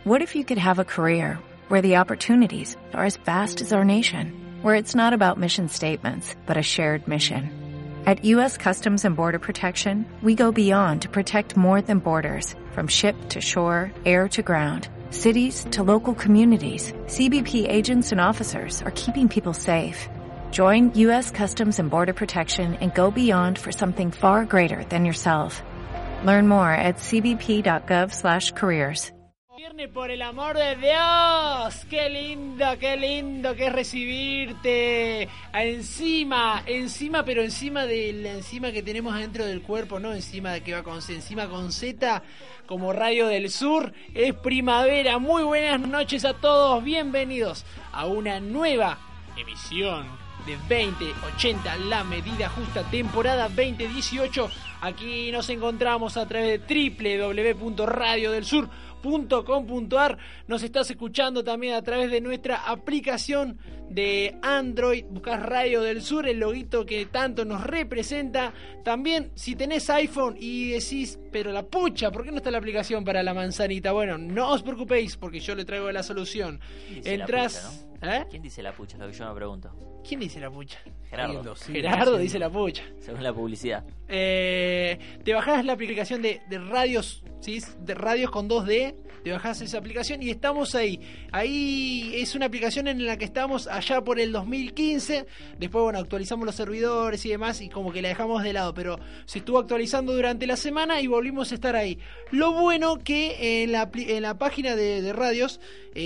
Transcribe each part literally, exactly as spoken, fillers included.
What if you could have a career where the opportunities are as vast as our nation, where it's not about mission statements, but a shared mission? At U S Customs and Border Protection, we go beyond to protect more than borders, from ship to shore, air to ground, cities to local communities. C B P agents and officers are keeping people safe. Join U S Customs and Border Protection and go beyond for something far greater than yourself. Learn more at c b p dot gov slash careers. Viernes, por el amor de Dios, qué lindo, qué lindo que es recibirte encima, encima, pero encima de la enzima que tenemos dentro del cuerpo, no encima de que va con C, encima con Z, como Radio del Sur. Es primavera. Muy buenas noches a todos, bienvenidos a una nueva emisión de veinte ochenta, la medida justa, temporada veinte dieciocho. Aquí nos encontramos a través de doble u doble u doble u punto radio del sur punto com punto a r. Nos estás escuchando también a través de nuestra aplicación de Android. Buscás Radio del Sur, el loguito que tanto nos representa. También si tenés iPhone y decís, pero la pucha, ¿por qué no está la aplicación para la manzanita? Bueno, no os preocupéis porque yo le traigo la solución. Entrás... La pucha, ¿no? ¿Eh? ¿Quién dice la pucha? Es lo que yo me pregunto. ¿Quién dice la pucha? Gerardo. Sí, Gerardo dice la pucha. Según la publicidad. Eh, te bajás la aplicación de, de radios, ¿sí? De radios con dos D. Te bajás esa aplicación y estamos ahí. Ahí es una aplicación en la que estamos allá por el dos mil quince. Después, bueno, actualizamos los servidores y demás y como que la dejamos de lado. Pero se estuvo actualizando durante la semana y volvimos a estar ahí. Lo bueno que en la, en la página de, de radios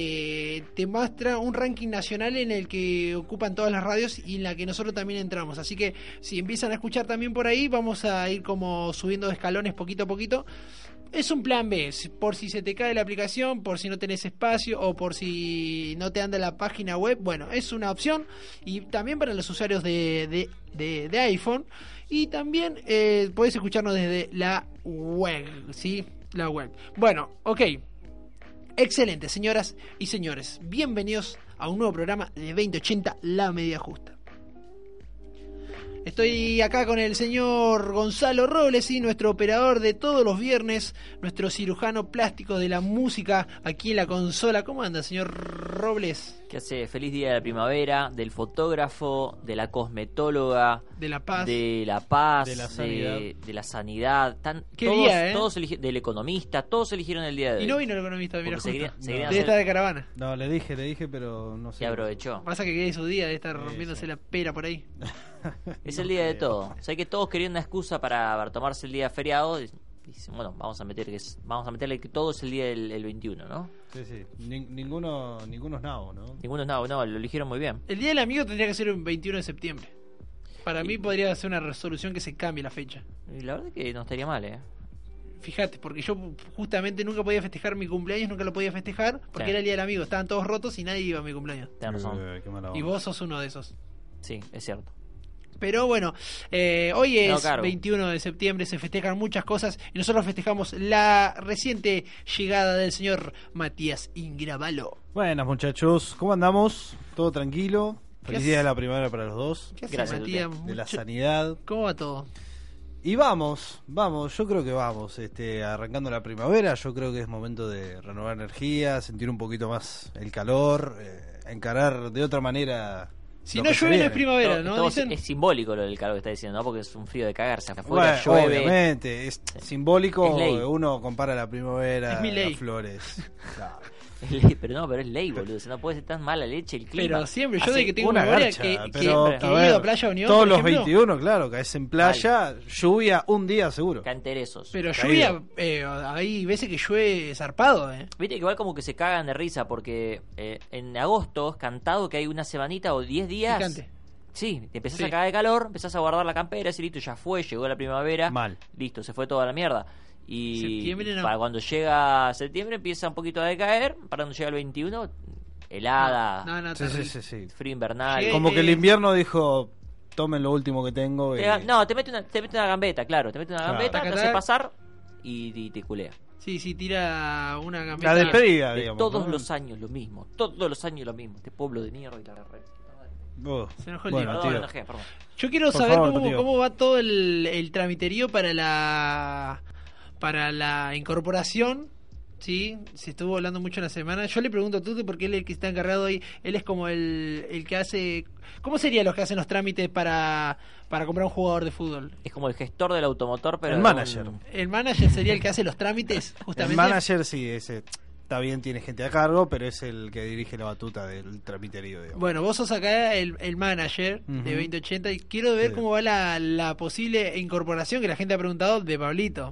eh, te muestra un ranking nacional en el que ocupan todas las radios y en la que nosotros también entramos. Así que si empiezan a escuchar también por ahí, vamos a ir como subiendo de escalones poquito a poquito. Es un plan B, por si se te cae la aplicación, por si no tenés espacio o por si no te anda la página web. Bueno, es una opción y también para los usuarios de, de, de, de iPhone. Y también eh, podés escucharnos desde la web, ¿sí? La web. Bueno, ok. Excelente, señoras y señores. Bienvenidos a un nuevo programa de veinte ochenta, La Medida Justa. Estoy acá con el señor Gonzalo Robles, ¿sí? Nuestro operador de todos los viernes, nuestro cirujano plástico de la música aquí en la consola. ¿Cómo anda, señor Robles? ¿Qué hace? Feliz día de la primavera, del fotógrafo, de la cosmetóloga, de la paz, de la paz, de la sanidad, de, de la sanidad. Tan, ¿Qué todos, día, eh? Todos eligi- del economista, todos eligieron el día de hoy. Y no vino el economista, mira, Porque justo. se querían- se querían Debe hacer- estar de caravana. No, le dije, le dije, pero no sé. Y aprovechó. Pasa que quede su día de estar Sí, rompiéndose sí. la pera por ahí. Es el día de todo. O sea que todos querían una excusa para, para tomarse el día feriado. Y dicen, bueno, vamos a meter que es, vamos a meterle que todo es el día del el veintiuno, ¿no? Sí, sí. Nin- ninguno, ninguno es nabo, ¿no? Ninguno, no, no, lo eligieron muy bien. El día del amigo tendría que ser el veintiuno de septiembre. Para Y- mí podría ser una resolución que se cambie la fecha. Y la verdad que no estaría mal, ¿eh? Fíjate, porque yo justamente nunca podía festejar mi cumpleaños, nunca lo podía festejar, porque Sí. era el día del amigo, estaban todos rotos y nadie iba a mi cumpleaños. Tenés razón. Eh, qué mala Y onda. vos sos uno de esos. Sí, es cierto. Pero bueno, eh, hoy es No, claro. veintiuno de septiembre, se festejan muchas cosas y nosotros festejamos la reciente llegada del señor Matías Ingravalo. Buenas, muchachos. ¿Cómo andamos? ¿Todo tranquilo? Feliz haces? día de la primavera para los dos. ¿Qué haces, Gracias, Matías? De la Mucho- sanidad. ¿Cómo va todo? Y vamos, vamos, yo creo que vamos, este, arrancando la primavera, yo creo que es momento de renovar energía, sentir un poquito más el calor, eh, encarar de otra manera. Si lo no que se llueve no viene. es primavera, Todo- ¿no? todo Dicen. es simbólico lo del calor que está diciendo, ¿no? Porque es un frío de cagarse. Afuera Bueno, llueve. obviamente, es simbólico, Es ley. uno compara la primavera, Es mi ley. las flores. Claro. Es ley, pero no, pero es ley, boludo. O sea, no puede ser tan mala leche el clima. Pero siempre, yo Hace de que tengo Una memoria garcha, que, que, pero, que a he ver, ido a Playa Unión, todos por los ejemplo, veintiuno, claro, caes en playa, lluvia un día seguro. Canterezos. pero Caído. lluvia, eh, hay veces que llueve zarpado, ¿eh? Viste que igual como que se cagan de risa porque eh, en agosto es cantado que hay una semanita o diez días. Picante. Sí, te empezás Sí. a cagar de calor, empezás a guardar la campera, y listo, ya fue, llegó la primavera. Mal. Listo, se fue toda la mierda. Y Septiembre no. para cuando llega septiembre empieza un poquito a decaer, para cuando llega el veintiuno, helada, No, no, Sí, sí, terrible. sí, sí. frío invernal. Llegué- Como que el eh, invierno dijo, tomen lo último que tengo. Te y- ga- no, te mete una, te mete una gambeta, claro, te mete una Claro. gambeta, te Taca, hace taca. pasar y, y te culea. Sí, sí, tira una gambeta. La despedida, De digamos. todos ¿no? los años lo mismo, todos los años lo mismo, este pueblo de mierda y la re- Oh, Se enojó el bueno, tipo. Perdón, me tío. enojé, perdón. Yo quiero Por saber favor, cómo, tío. cómo va todo el, el tramiterío para la para la incorporación Sí, se estuvo hablando mucho en la semana. Yo le pregunto a Tutu porque él es el que está encargado hoy. Él es como el, el que hace... ¿Cómo serían los que hacen los trámites para, para comprar un jugador de fútbol? Es como el gestor del automotor, pero... El de manager. un- El manager sería el que hace los trámites, justamente. El manager sí, ese está bien, tiene gente a cargo, pero es el que dirige la batuta del tramiterío, digamos. Bueno, vos sos acá el, el manager Ujú. de veinte ochenta y quiero ver Sí. cómo va la, la posible incorporación que la gente ha preguntado de Pablito.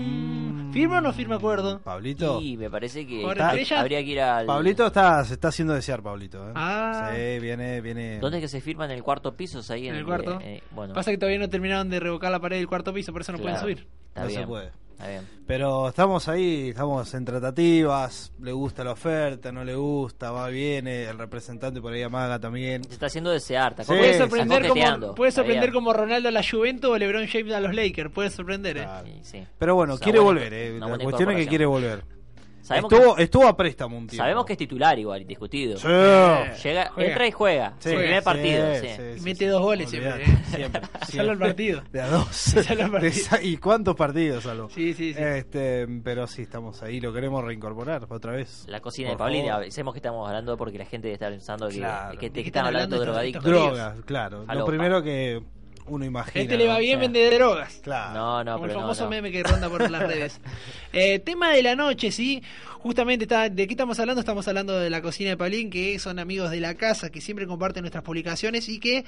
Mm, ¿Firma o no firma acuerdo? Pablito. Y me parece que ¿Jugador ha- estrella? habría que ir al... Pablito está, se está haciendo desear, Pablito. ¿eh? Ah. Sí, viene, viene. ¿Dónde es que se firma? ¿En el cuarto piso? ¿Es ahí En el cuarto. eh, bueno, Pasa que todavía no terminaron de revocar la pared del cuarto piso, por eso no claro, pueden subir. Está No bien, se puede. Está bien. Pero estamos ahí, estamos en tratativas, le gusta la oferta, no le gusta, va, viene, el representante por ahí amaga también. Se está haciendo desear. ¿te Sí, acuerdas? Puede está sorprender, coqueteando. como, puede Está sorprender bien. como Ronaldo a la Juventus o LeBron James a los Lakers. Puede sorprender, ¿eh? Claro. Sí, sí. Pero bueno, Es una quiere buena- volver, eh. una La buena cuestión es que incorporación. quiere volver. Sabemos Estuvo, que, estuvo a préstamo un tiempo. sabemos que es titular igual, indiscutido. Sí. Llega, Juega. entra y juega. Sí, el primer sí, partido. Sí. sí, Y sí, mete sí. dos goles siempre, Olvidate, ¿eh? siempre, Solo siempre. el partido. De a dos. Solo el partido. De esa- ¿Y cuántos partidos salvo? Sí, sí, sí. Este, pero sí, estamos ahí, lo queremos reincorporar otra vez. La cocina Por de Pablito. favor. Avisemos que estamos hablando porque la gente está pensando que, Claro. que, ¿De te qué están están hablando de hablando drogadictos. estos Drogas, claro. Lo Falopa. primero que uno imagina. Este le va ¿no? bien Sí. vender drogas. Claro. No, no, Como el pero no, famoso no. meme que ronda por las redes. Eh, tema de la noche, sí. Justamente, está, ¿de qué estamos hablando? Estamos hablando de la cocina de Pablín, que son amigos de la casa, que siempre comparten nuestras publicaciones y que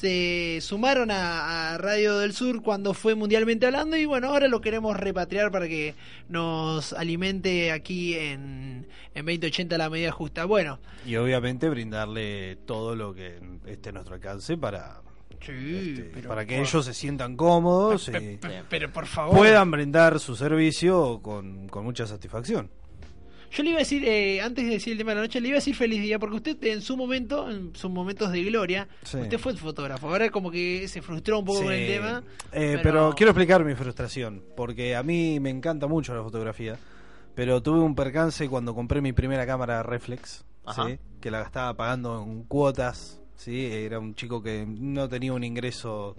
se sumaron a, a Radio del Sur cuando fue mundialmente hablando. Y bueno, ahora lo queremos repatriar para que nos alimente aquí en, en veinte ochenta a la medida justa. Bueno, Y obviamente brindarle todo lo que esté a nuestro alcance para, sí, este, pero para que por- ellos se sientan cómodos pe- y pe- pero por favor. puedan brindar su servicio con, con mucha satisfacción. Yo le iba a decir, eh, antes de decir el tema de la noche, le iba a decir feliz día, porque usted en su momento, en sus momentos de gloria, Sí. usted fue el fotógrafo. Ahora como que se frustró un poco Sí. con el tema. Eh, pero... quiero explicar mi frustración, porque a mí me encanta mucho la fotografía, pero tuve un percance cuando compré mi primera cámara reflex, Ajá. ¿sí? Que la estaba pagando en cuotas, ¿sí? Era un chico que no tenía un ingreso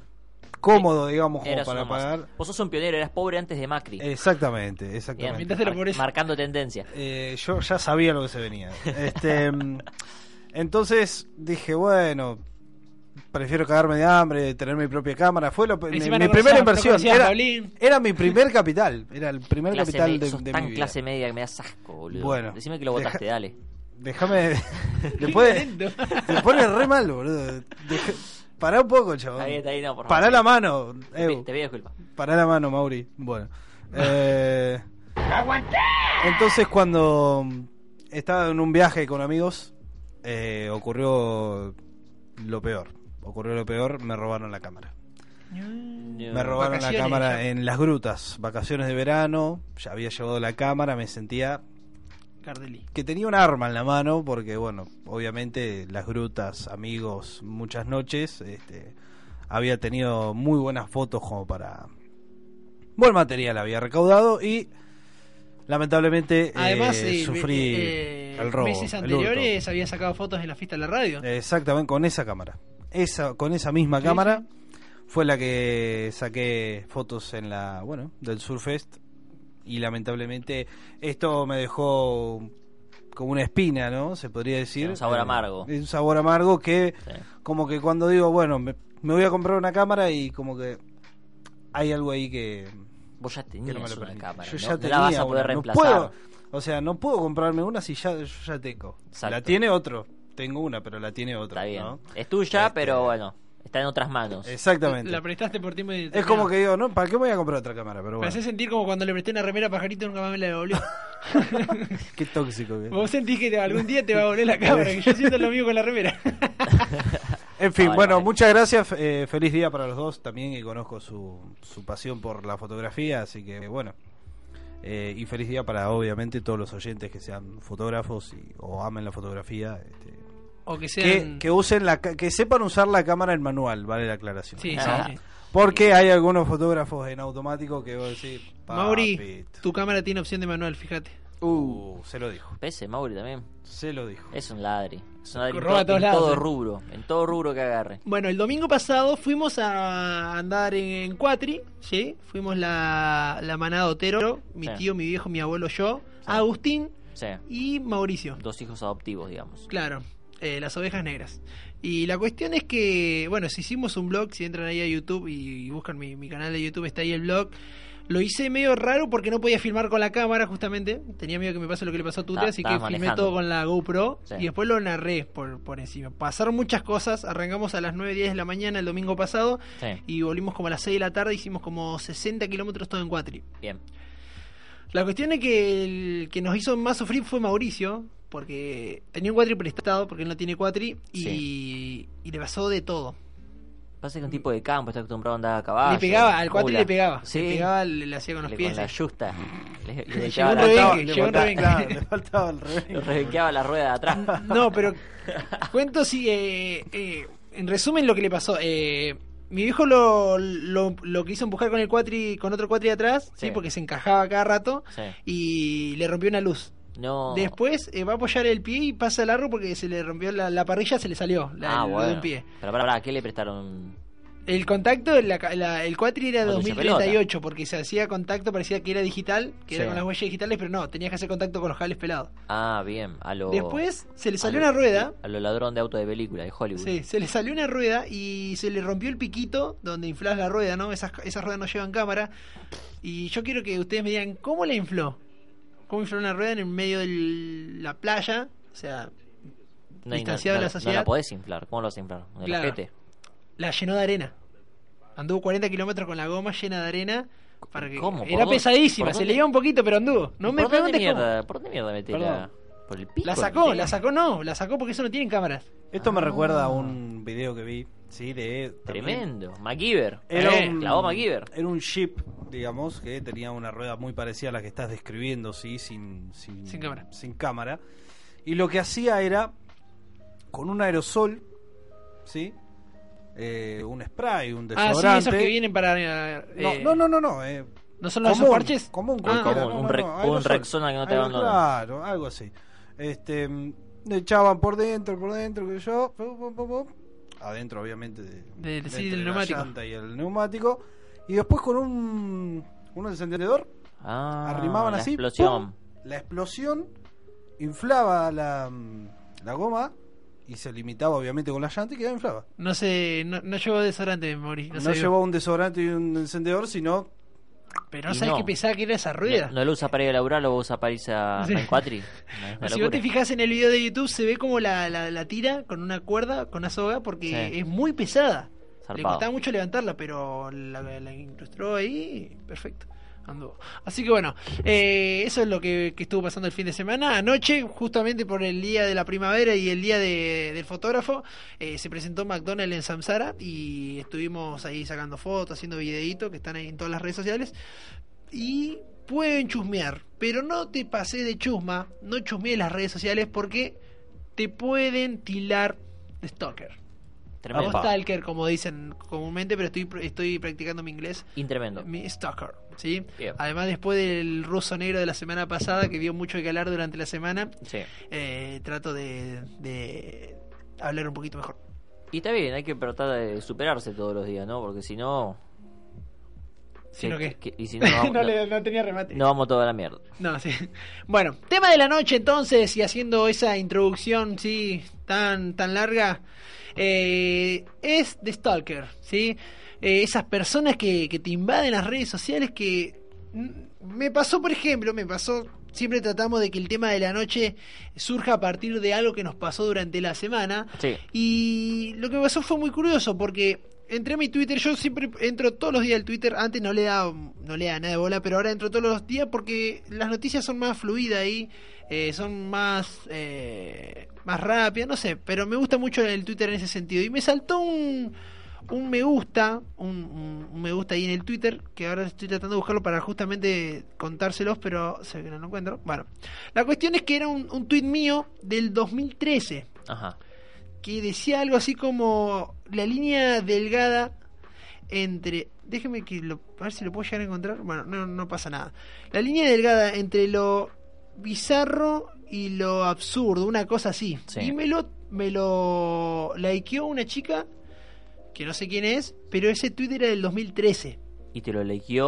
cómodo, digamos, como Eras para uno más. pagar. Vos sos un pionero, eras pobre antes de Macri. Exactamente, Bien, exactamente. Mientras de la mar- pobreza. marcando tendencia. Eh, yo ya sabía lo que se venía. Este, mm, entonces dije, bueno, prefiero cagarme de hambre, tener mi propia cámara. Fue lo, mi, Encima mi no primera conocía- no inversión. conocía a era, Pablín. era mi primer capital. Era el primer Clase capital me- de, sos de tan mi vida. clase media que me das asco, boludo. Bueno, Decime que lo deja- votaste, dale. Déjame. Después violento. te pone re mal, boludo. Deja- pará un poco, chaval. Está bien, está bien, no, por favor. Pará la mano. Te, Ew. pi- te pido disculpas. Pará la mano, Mauri. Bueno. Eh, entonces, cuando estaba en un viaje con amigos, eh, ocurrió lo peor. Ocurrió lo peor, me robaron la cámara. Me robaron la Vacaciones, cámara ya. en las grutas, vacaciones de verano. Ya había llevado la cámara, me sentía Cardelí. que tenía un arma en la mano, porque, bueno, obviamente las grutas, amigos, muchas noches. Este, había tenido muy buenas fotos como para. Buen material había recaudado y lamentablemente Además, eh, eh, sufrí eh, el robo. meses el anteriores había sacado fotos en la fiesta de la radio. hurto. Exactamente, con esa cámara. Esa, con esa misma Sí, cámara fue la que saqué fotos en la, bueno, del Surfest. Y lamentablemente esto me dejó como una espina, ¿no? Se podría decir. Un sabor Eh, amargo. Un sabor amargo que Sí. como que cuando digo, bueno, me, me voy a comprar una cámara y como que hay algo ahí que, Vos ya que no me tenías lo una permite. cámara. Yo ¿no? ya No tenía la vas a poder una. No reemplazar. puedo, o sea, no puedo comprarme una si ya, yo ya tengo. Exacto. La tiene otro. Tengo una, pero la tiene otro. Está bien. ¿no? Es tuya, Este, pero bueno, está en otras manos. Exactamente. La prestaste por tiempo y Es como que digo, ¿no? ¿Para qué voy a comprar otra cámara? Pero Me bueno, hace sentir como cuando le presté una remera a Pajarito y nunca más me la devolvió. qué tóxico que es. Vos sentís que te- algún día te va a volver la cámara, que yo siento lo mismo con la remera. En fin, Vale, bueno, vale. muchas gracias. eh, feliz día para los dos también, y conozco su, su pasión por la fotografía, así que bueno. Eh, y feliz día para, obviamente, todos los oyentes que sean fotógrafos y, o amen la fotografía. Este, O que que, sean... que usen la ca- que sepan usar la cámara en manual, vale la aclaración. Sí, sí, Ah. sí. Porque hay algunos fotógrafos en automático que vos decís, Mauri, papito. tu cámara tiene opción de manual, fíjate. Uh, se lo dijo. Pese, Mauri también. Se lo dijo. Es un ladri. Es un ladri en, Roba a to- todos en lados, todo eh. rubro. En todo rubro que agarre. Bueno, el domingo pasado fuimos a andar en, en Cuatri, ¿sí? Fuimos la, la manada Otero, mi Sí. tío, mi viejo, mi abuelo, yo. Agustín Sí. y Mauricio. Dos hijos adoptivos, digamos. Claro, eh, las ovejas negras. Y la cuestión es que, bueno, si hicimos un blog, si entran ahí a YouTube y, y buscan mi, mi canal de YouTube, está ahí el blog. Lo hice medio raro porque no podía filmar con la cámara, justamente. Tenía miedo que me pase lo que le pasó a Tute, Ta- así que estabas filmé manejando. todo con la GoPro. Sí. Y después lo narré por, por encima. Pasaron muchas cosas. Arrancamos a las nueve diez de la mañana el domingo pasado. Sí. Y volvimos como a las seis de la tarde. Hicimos como sesenta kilómetros todo en cuatri. Bien. La cuestión es que el que nos hizo más sufrir fue Mauricio, porque tenía un cuatri prestado, porque él no tiene cuatri, y, Sí. y le pasó de todo. Pasa que un tipo de campo está acostumbrado a andar a caballo. le pegaba, al cuatri mula. le pegaba, Sí. le pegaba, le, le hacía con los Le- pies. Con la yusta. Le, le Llegó echaba un la- rebenque, Le llegó un faltaba- rebenque. claro, le faltaba el rebenque. le rebenqueaba la rueda de atrás. No, pero cuento si, eh, eh, en resumen lo que le pasó. Eh, mi viejo lo, lo, lo quiso empujar con el cuatri, con otro cuatri de atrás, sí, Sí. porque se encajaba cada rato, Sí. y le rompió una luz. No. Después eh, va a apoyar el pie y pasa el arro porque se le rompió la, la parrilla, se le salió la, Ah, el- lo bueno. de un pie. Pero para, para, ¿qué le prestaron? El contacto, la, la- el cuatri era de Con dos lucha mil treinta y ocho porque se hacía contacto, parecía que era digital, que Sí. era con las huellas digitales, pero no, tenías que hacer contacto con los cables pelados. Ah, bien. A lo, Después se le salió a lo- una rueda. A lo ladrón de auto de película de Hollywood. Sí, se le salió una rueda y se le rompió el piquito donde inflas la rueda, ¿no? Esas, esas ruedas no llevan cámara. Y yo quiero que ustedes me digan, ¿cómo la infló? ¿Cómo infló una rueda en el medio de la playa? O sea, No, y no- distanciado no, de la no sociedad. la podés inflar. ¿Cómo lo vas a inflar? ¿En el Claro. ojete? La llenó de arena. Anduvo cuarenta kilómetros con la goma llena de arena. Para que... ¿Cómo? ¿Por Era dónde? pesadísima, ¿Por se dónde? le iba un poquito, pero anduvo. No me ¿Por dónde preguntes cómo. mierda? ¿Por dónde mierda metela? Perdón. ¿Por el pico? La sacó, ¿Sí? la sacó no, la sacó porque eso no tienen cámaras. Esto me Ah. recuerda a un video que vi, sí, de... también- Tremendo. MacGyver. Era Eh, un, clavó MacGyver. era un Jeep, digamos, que tenía una rueda muy parecida a la que estás describiendo, sí, sin, sin, Sin cámara. sin cámara. Y lo que hacía era, con un aerosol, ¿sí? Eh, un spray, un Ah, desodorante. sí, esos que vienen para... eh, No, no, no, no, no, eh, ¿no son los común, esos parches? común, Ah, cualquiera, común, no, un no, Re- no, un aerosol. Rexona que no te Algo- abandona. Claro, algo así. Este, mm, le echaban por dentro, por dentro, que yo, pum, pum, pum, pum. Adentro obviamente de, Del- de sí, entre del la neumático. llanta y el neumático, y después con un un encendedor Ah, arrimaban la así, explosión. ¡pum! La explosión inflaba la, mm, la goma y se limitaba obviamente con la llanta y quedaba inflada. No sé, no, no llevó desodorante, Mauri. No, No, se vio. llevó un desodorante y un encendedor, sino Pero no Y sabes no. qué pesada que era esa rueda. No, no lo usa para ir a laburar, lo usa para irse a Sí. en cuatri. No, es una Si vos te locura. fijas en el video de YouTube, se ve como la, la, la tira con una cuerda, con una soga, porque Sí. es muy pesada. Le Zarpado. costaba mucho levantarla, pero la, la incrustó ahí, perfecto. Anduvo. Así que bueno, eh, eso es lo que, que estuvo pasando el fin de semana. Anoche, justamente por el día de la primavera y el día de- del fotógrafo, eh, se presentó McDonald's en Samsara y estuvimos ahí sacando fotos, haciendo videitos que están ahí en todas las redes sociales. Y pueden chusmear, pero no te pases de chusma, no chusmees las redes sociales porque te pueden tilar de stalker. Tremendo. O stalker, como dicen comúnmente, pero estoy estoy practicando mi inglés. Y tremendo. Mi stalker, ¿sí? Bien. Además, después del ruso negro de la semana pasada, que dio mucho que hablar durante la semana, Sí. eh, trato de, de hablar un poquito mejor. Y está bien, hay que tratar de superarse todos los días, ¿no? Porque si no... Si no, ¿qué? que- Y si no, no, no, no- le- no tenía remate. no vamos toda la mierda. No, sí. Bueno, tema de la noche entonces, y haciendo esa introducción, sí, tan, tan larga, eh, es de Stalker, ¿sí? Eh, esas personas que, que te invaden las redes sociales que... mm, Me pasó, por ejemplo, me pasó... Siempre tratamos de que el tema de la noche surja a partir de algo que nos pasó durante la semana. Sí. Y lo que me pasó fue muy curioso porque entré a mi Twitter, yo siempre entro todos los días al Twitter, antes no le daba, no le daba nada de bola, pero ahora entro todos los días porque las noticias son más fluidas ahí, eh, son más eh, más rápidas, no sé, pero me gusta mucho el Twitter en ese sentido. Y me saltó un, un me gusta, un, un, un me gusta ahí en el Twitter, que ahora estoy tratando de buscarlo para justamente contárselos, pero se ve que no lo encuentro. Bueno, la cuestión es que era un, un tweet mío del dos mil trece. Ajá. Que decía algo así como la línea delgada entre... Déjeme que lo, a ver si lo puedo llegar a encontrar. Bueno, no, no pasa nada. La línea delgada entre lo bizarro y lo absurdo, una cosa así. Sí. Y me lo, me lo likeó una chica que no sé quién es, pero ese tweet era del dos mil trece. Y te lo likeó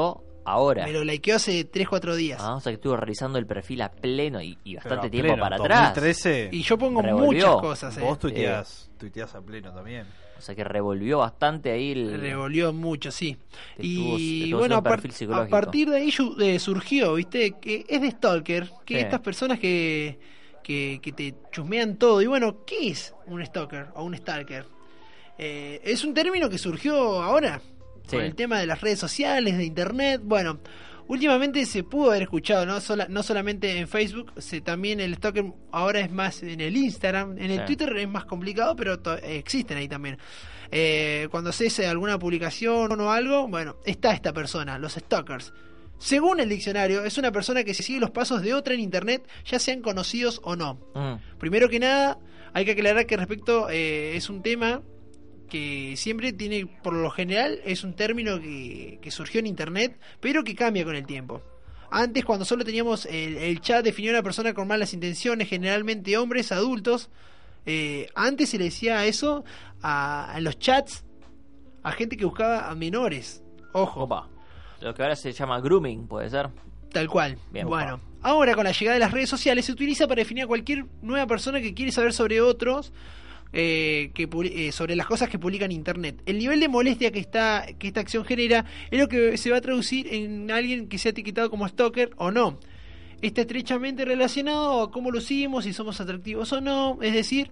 ahora. Me lo likeó hace tres cuatro días. Ah, o sea que estuvo realizando el perfil a pleno y, y bastante Pero a tiempo pleno, para en atrás. dos mil trece, Y yo pongo Revolvió. muchas cosas. Eh. vos tuiteás, tuiteás a pleno también. O sea que revolvió bastante ahí el... Revolvió mucho, sí. Te Y tuvo- te tuvo bueno, un a, par- perfil a psicológico. partir de ahí yu- eh, surgió, ¿viste? Que es de stalker, que Sí. estas personas que, que, que te chusmean todo. Y bueno, ¿qué es un stalker o un stalker? Eh, es un término que surgió ahora, Sí. con el tema de las redes sociales, de internet. Bueno, últimamente se pudo haber escuchado, no, Sola- no solamente en Facebook, se, también el stalker ahora es más en el Instagram, en el Sí. Twitter es más complicado, pero to- existen ahí también. Eh, cuando haces alguna publicación o algo, bueno, está esta persona, los stalkers. Según el diccionario, es una persona que sigue los pasos de otra en internet, ya sean conocidos o no. Mm, Primero que nada, hay que aclarar que respecto eh, es un tema que siempre tiene, por lo general, es un término que, que surgió en internet, pero que cambia con el tiempo. Antes, cuando solo teníamos el, el chat, definió a una persona con malas intenciones, generalmente hombres, adultos. Eh, antes se le decía eso a, a los chats, a gente que buscaba a menores. Ojo. opa. Lo que ahora se llama grooming, ¿puede ser? Tal cual. Bien, bueno, opa. ahora con la llegada de las redes sociales se utiliza para definir a cualquier nueva persona que quiere saber sobre otros, eh, que publi- eh, sobre las cosas que publican en internet. El nivel de molestia que esta, que esta acción genera es lo que se va a traducir en alguien que sea etiquetado como stalker o no. Está estrechamente relacionado a cómo lucimos, si somos atractivos o no. Es decir,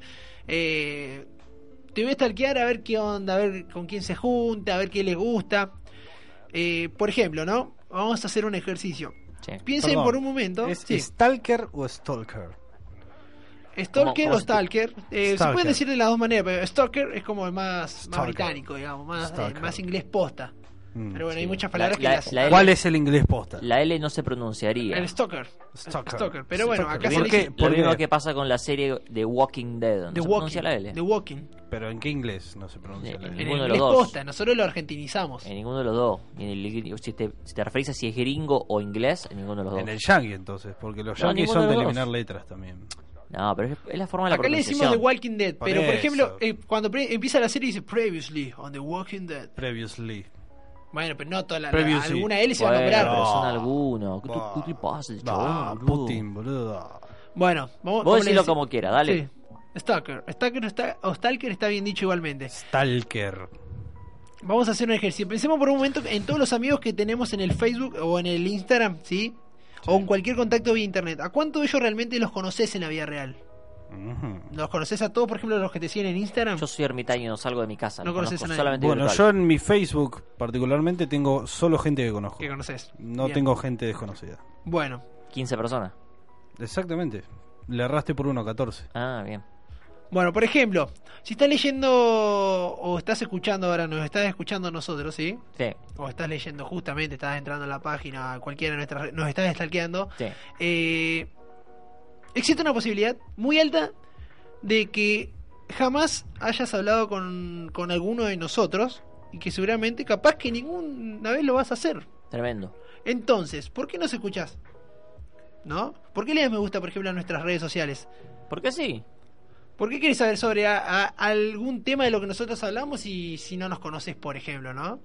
eh, te voy a stalkear a ver qué onda, a ver con quién se junta, a ver qué le gusta. Eh, por ejemplo, ¿no? Vamos a hacer un ejercicio. Sí. Piensen Perdón, por un momento. ¿Es Sí. stalker o stalker? Stalker ¿Cómo- o Stalker. Eh, se Stalker. pueden decir de las dos maneras, pero Stalker es como el más, más Stalker. británico, digamos, más, eh, Stalker. más inglés posta. Mm, Pero bueno, hay sí. muchas palabras La- que la- las... la L- ¿Cuál es el inglés posta? La L no se pronunciaría. El Stalker. Stalker. Stalker. Pero bueno, Stalker. acá se ¿Por le qué? dice Lo ¿Por mismo qué? que pasa con la serie de Walking Dead. ¿No The se Walking. pronuncia la L? The Walking. ¿Pero en qué inglés no se pronuncia Sí, la en En L? ninguno de inglés los dos. posta, nosotros lo argentinizamos. En ninguno de los dos. Ni en el- si, te, si te referís a si es gringo o inglés, en ninguno de los dos. En el yankee entonces, porque los No, yankees ninguno son de de los dos. eliminar letras también. No, pero es, es la forma de la Acá le decimos The pronunciación. Walking Dead, Por pero por eso. ejemplo, eh, cuando pre- empieza la serie dice Previously on The Walking Dead. Previously. Bueno, pero no toda la, la- Previously. alguna L se va a Bueno, nombrar. pero No. son algunos. ¿Qué, Bah. te- qué te pasa, Ah, chabón? boludo? Putin, boludo. Bueno, vamos Vos le decilo deci- como quiera, dale. Sí. Stalker. Stalker está, o Stalker está bien dicho igualmente. Stalker. Vamos a hacer un ejercicio. Pensemos por un momento en todos los amigos que tenemos en el Facebook o en el Instagram, ¿sí? O en cualquier contacto vía internet. ¿A cuánto de ellos realmente los conoces en la vida real? Ujú. ¿Los conoces a todos, por ejemplo, los que te siguen en Instagram? Yo soy ermitaño, no salgo de mi casa. No me conoces conozco a nadie. solamente Bueno, virtual. yo en mi Facebook particularmente tengo solo gente que conozco. ¿Qué conoces? No Bien. tengo gente desconocida. Bueno, quince personas. Exactamente. Le erraste por uno a catorce. Ah, bien. bueno, por ejemplo, si estás leyendo o estás escuchando ahora, nos estás escuchando a nosotros, ¿sí? Sí, O estás leyendo justamente, estás entrando en la página, cualquiera de nuestras, nos estás stalkeando. sí. Eh, existe una posibilidad muy alta de que jamás hayas hablado con, con alguno de nosotros y que seguramente, capaz que ninguna vez lo vas a hacer. Tremendo. Entonces, ¿por qué nos escuchás? ¿No? ¿Por qué le das me gusta, por ejemplo, a nuestras redes sociales? ¿Por qué sí? ¿Por qué quieres saber sobre a- a- algún tema de lo que nosotros hablamos y si no nos conoces, por ejemplo, ¿no?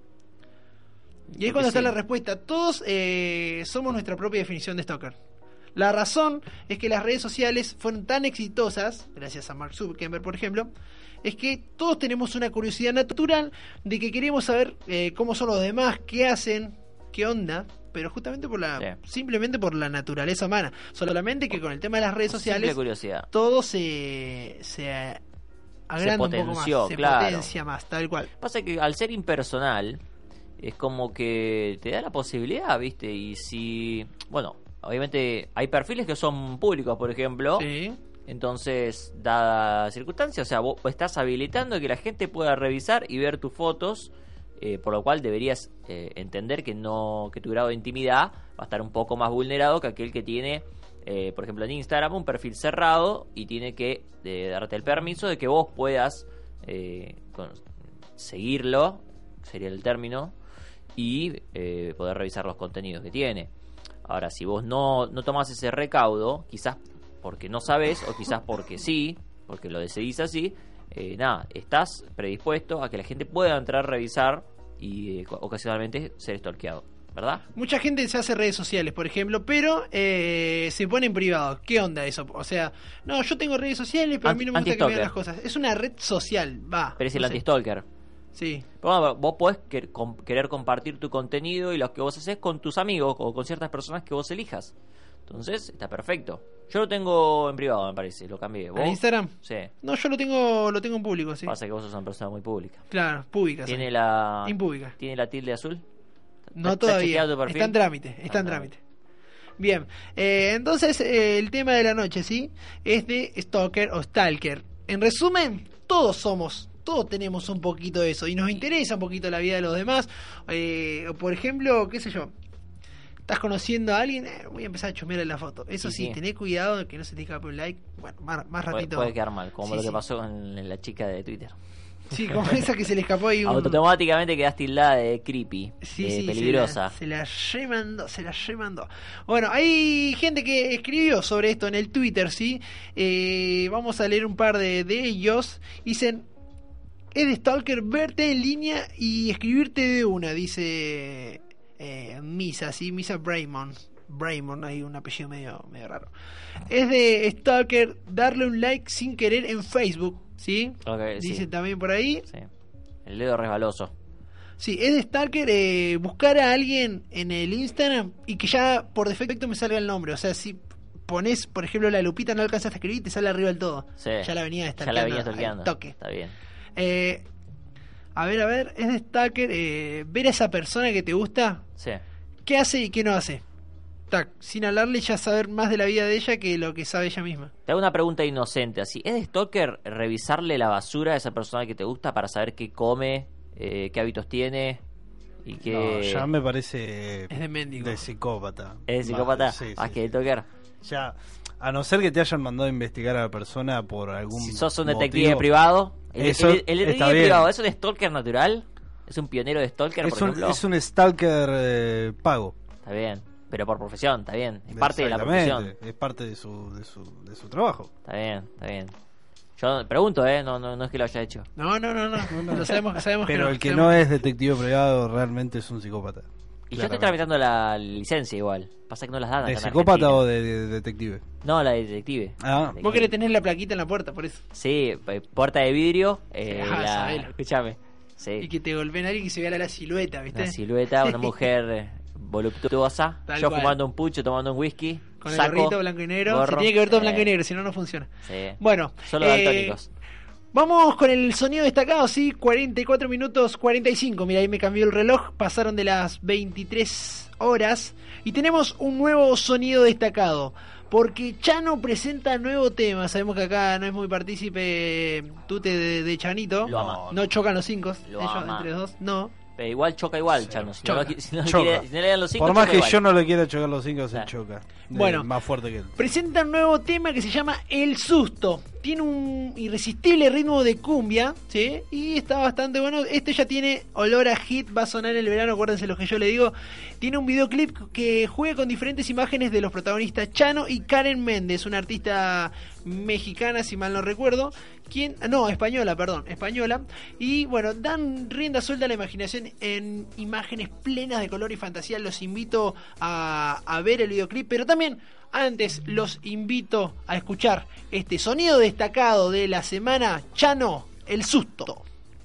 Y ahí Porque cuando está sí. la respuesta. Todos eh, somos nuestra propia definición de stalker. La razón es que las redes sociales fueron tan exitosas, gracias a Mark Zuckerberg, por ejemplo, es que todos tenemos una curiosidad natural de que queremos saber eh, cómo son los demás, qué hacen, qué onda, pero justamente por la Sí. simplemente por la naturaleza humana. Solamente que con el tema de las redes Simple sociales curiosidad. todo se, se agranda un poco potenció, más, se claro. potencia más, tal cual. Pasa que al ser impersonal, es como que te da la posibilidad, ¿viste? Y si. Bueno, obviamente hay perfiles que son públicos, por ejemplo. Sí. Entonces, dada circunstancia, o sea, vos estás habilitando que la gente pueda revisar y ver tus fotos, eh, por lo cual deberías eh, entender que no que tu grado de intimidad va a estar un poco más vulnerado que aquel que tiene, eh, por ejemplo, en Instagram un perfil cerrado y tiene que eh, darte el permiso de que vos puedas eh, con- seguirlo, sería el término, y eh, poder revisar los contenidos que tiene. Ahora, si vos no, no tomás ese recaudo, quizás porque no sabes o quizás porque sí, porque lo decidís así, eh, nada, estás predispuesto a que la gente pueda entrar a revisar y eh, ocasionalmente ser stalkeado. ¿verdad? Mucha gente se hace redes sociales, por ejemplo, pero eh, se pone en privado. ¿Qué onda eso? O sea, no, yo tengo redes sociales, pero a mí no me gusta que me vean las cosas. Es una red social, va. Pero es el no sé. anti-stalker. Sí. Bueno, vos podés quer- com- querer compartir tu contenido y lo que vos haces con tus amigos o con ciertas personas que vos elijas. Entonces, está perfecto. Yo lo tengo en privado, me parece, lo cambié. ¿Vos? ¿En Instagram? Sí. No, yo lo tengo lo tengo en público, sí. Pasa que vos sos una persona muy pública. Claro, pública. ¿Tiene sí. la Impública. ¿Tiene la tilde azul? No ¿Está todavía. chequeado tu perfil? Está en trámite, está Ah, en trámite. Bien, eh, entonces eh, el tema de la noche, ¿sí? Es de stalker o stalker. En resumen, todos somos, todos tenemos un poquito de eso y nos interesa un poquito la vida de los demás. Eh, por ejemplo, qué sé yo, estás conociendo a alguien, eh, voy a empezar a chusmear en la foto. Eso sí, Sí, sí. tené cuidado de que no se te escape un like. Bueno, más, más Puede, ratito. puede quedar mal, como Sí, lo que sí. pasó con la chica de Twitter. Sí, como esa que se le escapó ahí un... Automáticamente quedas tildada de creepy, Sí, de sí, peligrosa. Se la, se la remandó, se la remandó. Bueno, hay gente que escribió sobre esto en el Twitter, ¿sí? Eh, vamos a leer un par de, de ellos. Dicen, es de stalker verte en línea y escribirte de una, dice eh, Misa, ¿sí? Misa Braymon. Braymon, hay un apellido medio, medio raro. Es de stalker darle un like sin querer en Facebook, ¿sí? Ok, sí. Dicen también por ahí. Sí. El dedo resbaloso. Sí, es de stalker eh, buscar a alguien en el Instagram y que ya por defecto me salga el nombre. O sea, si pones, por ejemplo, la lupita, no alcanzas a escribir y te sale arriba del todo. Sí. Ya la venía Ya stalkeando. la venía al stalkeando. toque. Está bien. Eh, a ver, a ver, es de stalker eh, ver a esa persona que te gusta, Sí. qué hace y qué no hace. Tac, sin hablarle ya saber más de la vida de ella que lo que sabe ella misma. Te hago una pregunta inocente así. ¿Es de stalker revisarle la basura a esa persona que te gusta para saber qué come, eh, qué hábitos tiene y qué... No, ya me parece Es de mendigo. de psicópata. ¿Es de psicópata? Más, sí, Más sí, que de sí. stalker. Ya, a no ser que te hayan mandado a investigar a la persona por algún Si sos un motivo. detective privado, el, Eso el- el está detective bien. privado, ¿es un stalker natural? ¿Es un pionero de stalker, Es por un, ejemplo? es un stalker eh, pago. Está bien, pero por profesión, está bien. Es parte de la Exactamente, profesión. es parte de su, de su, de su trabajo. Está bien, está bien. Yo pregunto, ¿eh? No, no, no es que lo haya hecho. No, no, no, no. Lo sabemos, sabemos Pero que el que sabemos no es detective privado realmente es un psicópata. Y yo estoy tramitando la licencia igual. Pasa que no las dan. ¿De acá en psicópata Argentina. o de, de detective? No, la de detective. Ah. Detective. Vos querés tener la plaquita en la puerta, por eso. Sí, eh, puerta de vidrio. Eh, Ah, la... sabelo. Escúchame. Y Sí. que te golpeen a alguien que se vea la silueta, ¿viste? Una silueta, una mujer eh, voluptuosa. Tal Yo cual. fumando un pucho, tomando un whisky. Con el saco, gorrito blanco y negro. gorro. Se tiene que ver todo Eh, blanco y negro, si no, no funciona. Sí. Bueno, Solo eh, daltónicos. vamos con el sonido destacado, sí, cuarenta y cuatro minutos cuarenta y cinco. Mira, ahí me cambió el reloj, pasaron de las veintitrés horas y tenemos un nuevo sonido destacado. Porque Chano presenta nuevo tema. Sabemos que acá no es muy partícipe Tute de, de Chanito. Lo ama. No chocan los cinco. Lo Ellos ama. entre los dos, no. Pero igual choca igual, Chano. Si, Choca. no, lo- si no le Choca. quiere- si no le dan los cinco, Por más choca que igual. yo no le quiera chocar los cinco, se Claro. choca. Eh, Bueno. más fuerte que él. Presenta un nuevo tema que se llama El Susto. Tiene un irresistible ritmo de cumbia, ¿sí? Y está bastante bueno. Este ya tiene olor a hit, va a sonar en el verano, acuérdense lo que yo le digo. Tiene un videoclip que juega con diferentes imágenes de los protagonistas Chano y Karen Méndez, una artista mexicana, si mal no recuerdo. Quien, no, española, perdón, española. Y bueno, dan rienda suelta a la imaginación en imágenes plenas de color y fantasía. Los invito a, a ver el videoclip, pero también antes los invito a escuchar este sonido destacado de la semana, Chano, El Susto.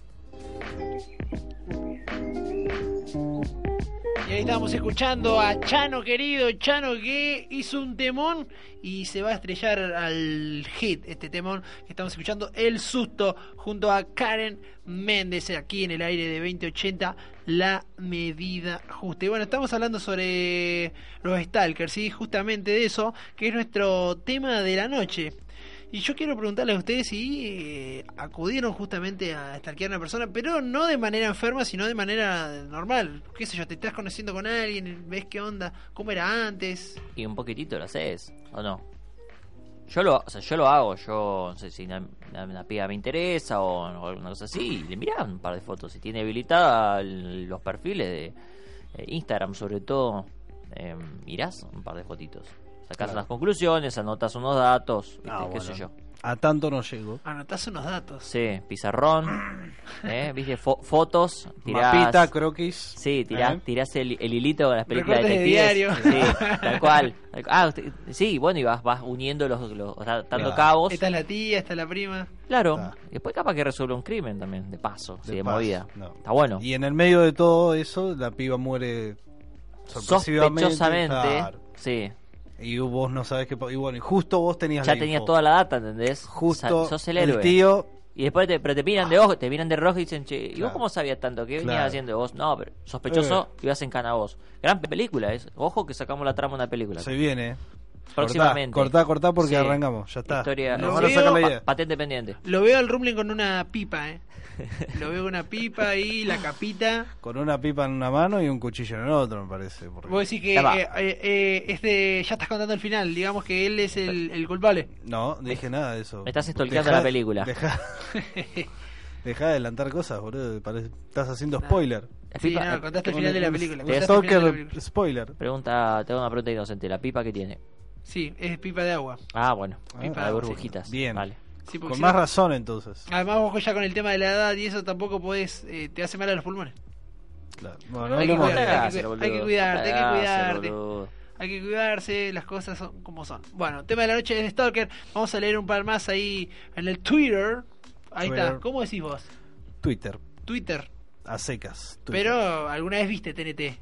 Y ahí estamos escuchando a Chano querido, Chano que hizo un temón y se va a estrellar al hit, este temón que estamos escuchando, El Susto, junto a Karen Méndez, aquí en el aire de veinte ochenta, La Medida Justa. Y bueno, estamos hablando sobre los stalkers, ¿sí? Justamente de eso, que es nuestro tema de la noche. Y yo quiero preguntarle a ustedes si eh, acudieron justamente a stalkear a una persona, pero no de manera enferma, sino de manera normal. Qué sé yo, te estás conociendo con alguien, ves qué onda, cómo era antes. Y un poquitito lo haces, ¿o no? Yo lo, o sea, yo lo hago, yo no sé si una, una, una piba me interesa o, o alguna cosa así, y le mirá un par de fotos. Si tiene habilitada el- los perfiles de eh, Instagram, sobre todo, eh, mirás un par de fotitos. Sacás Claro. unas conclusiones, anotas unos datos, ¿viste? Ah, qué bueno. sé yo. A tanto no llego. Anotás unos datos. Sí, pizarrón, ¿eh? ¿Viste? Fo- fotos, tirás... Mapita, croquis. Sí, tirás, ¿eh? tirás el, el hilito con las películas de Recortes de detectives. diario. Sí, tal cual. Ah, usted- sí, bueno, y vas, vas uniendo los, los o sea, dando Claro. cabos. Esta es la tía, esta es la prima. Claro. Ah. Y después capaz que resuelve un crimen también, de paso, De sí, de paso, movida. no. Está bueno. Y en el medio de todo eso, la piba muere sorpresivamente. Sospechosamente, Claro. sí. Y vos no sabés qué. pa- Y bueno, y justo vos tenías Ya la tenías info. toda la data, ¿entendés? Justo Sa- sos el héroe. tío. Y después te, pero te miran de ojo, te miran de rojo y dicen, che, ¿y vos Claro. cómo sabías tanto? ¿Qué venías Claro. haciendo vos? No, pero sospechoso, Eh. ibas en cana vos. Gran película, es. Ojo que sacamos la trama de una película. Se viene. eh. Próximamente. Cortá, cortá, cortá porque Sí. arrancamos. Ya está. Historia, Lo Nos van a veo- sacar la pa- idea. patente pendiente. Lo veo al Rumble con una pipa, ¿eh? Lo veo con una pipa ahí, la capita. Con una pipa en una mano y un cuchillo en el otro, me parece. porque- Vos decís que Ya va. eh, eh, eh, este, ya estás contando el final, digamos que él es el, el culpable. No, dije nada de eso. Me estás stalkeando Dejá- la película. Dejá, dejá de adelantar cosas, boludo. parece- Estás haciendo spoiler. Sí, Pipa- no, contaste el Un- final de la un- película. un contaste el final de la stalker película. spoiler. Pregunta, tengo una pregunta inocente. ¿La pipa qué tiene? Sí, es pipa de agua. Ah, bueno. Pipa de de agua, burbujitas. Bien. Vale. Sí, porque Con si más no- razón, entonces. Además, vos ya con el tema de la edad y eso tampoco podés, eh, te hace mal a los pulmones. Claro. Bueno, Hay que hablemos de- cuidar, hay que Hágaselo, cu- hay que boludo. cuidarte, hay que Hágaselo, cuidarte. boludo. Hay que cuidarse, las cosas son como son. Bueno, tema de la noche de Stalker. Vamos a leer un par más ahí en el Twitter. Ahí Twitter. está. ¿Cómo decís vos? Twitter, Twitter. a secas. Twitter. Pero alguna vez viste T N T,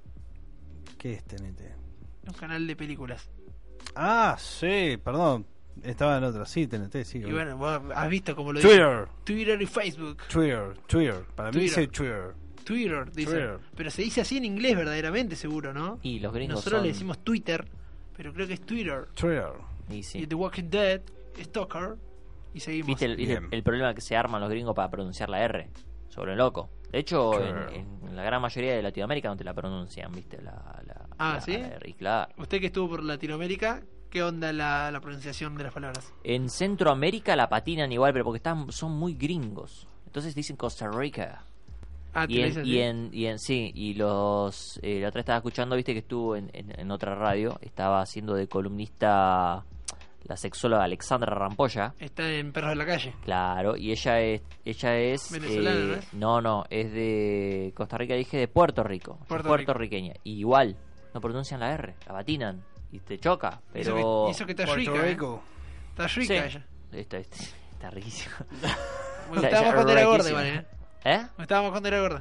¿Qué es T N T? un canal de películas. Ah, sí, perdón. Estaba en otra. Sí, T N T, sí. Y obvio. bueno, vos has visto como lo Twitter. dice. Twitter y Facebook. Twitter, Twitter. Para mí Twitter. dice Twitter. Twitter, dice. Twitter. Pero se dice así en inglés verdaderamente, seguro, ¿no? Y los gringos Nosotros son... le decimos Twitter, pero creo que es Twitter. Twitter. Y Y sí. The Walking Dead, Stalker. Y seguimos. ¿Viste, el, viste Bien. el problema que se arman los gringos para pronunciar la R? Sobre loco. De hecho, Claro. en, en la gran mayoría de Latinoamérica no te la pronuncian, ¿viste? La, la, Ah, la ¿sí? R, y claro. Usted que estuvo por Latinoamérica, ¿qué onda la, la pronunciación de las palabras? En Centroamérica la patinan igual, pero porque están son muy gringos. Entonces dicen Costa Rica. Ah, te Y lo en, dicen y así. en, y en sí, y los... Eh, la otra vez estaba escuchando, viste que estuvo en, en, en otra radio, estaba haciendo de columnista la sexóloga Alexandra Rampolla. Está en Perros de la Calle. Claro, y ella es... Ella es Venezolana, eh, ¿no es? no, no, es de Costa Rica, dije de Puerto Rico. Ella es Puerto puertorriqueña. Y igual, no pronuncian la R, la patinan. Y te choca, Y eso pero... que, y eso que está Puerto rica, ¿eh? Rico. Está rica Sí. ella. Esto, esto, está riquísimo. Me gustaba más cuando era gorda, igual, ¿eh? ¿Eh? Me gustaba más cuando era gorda.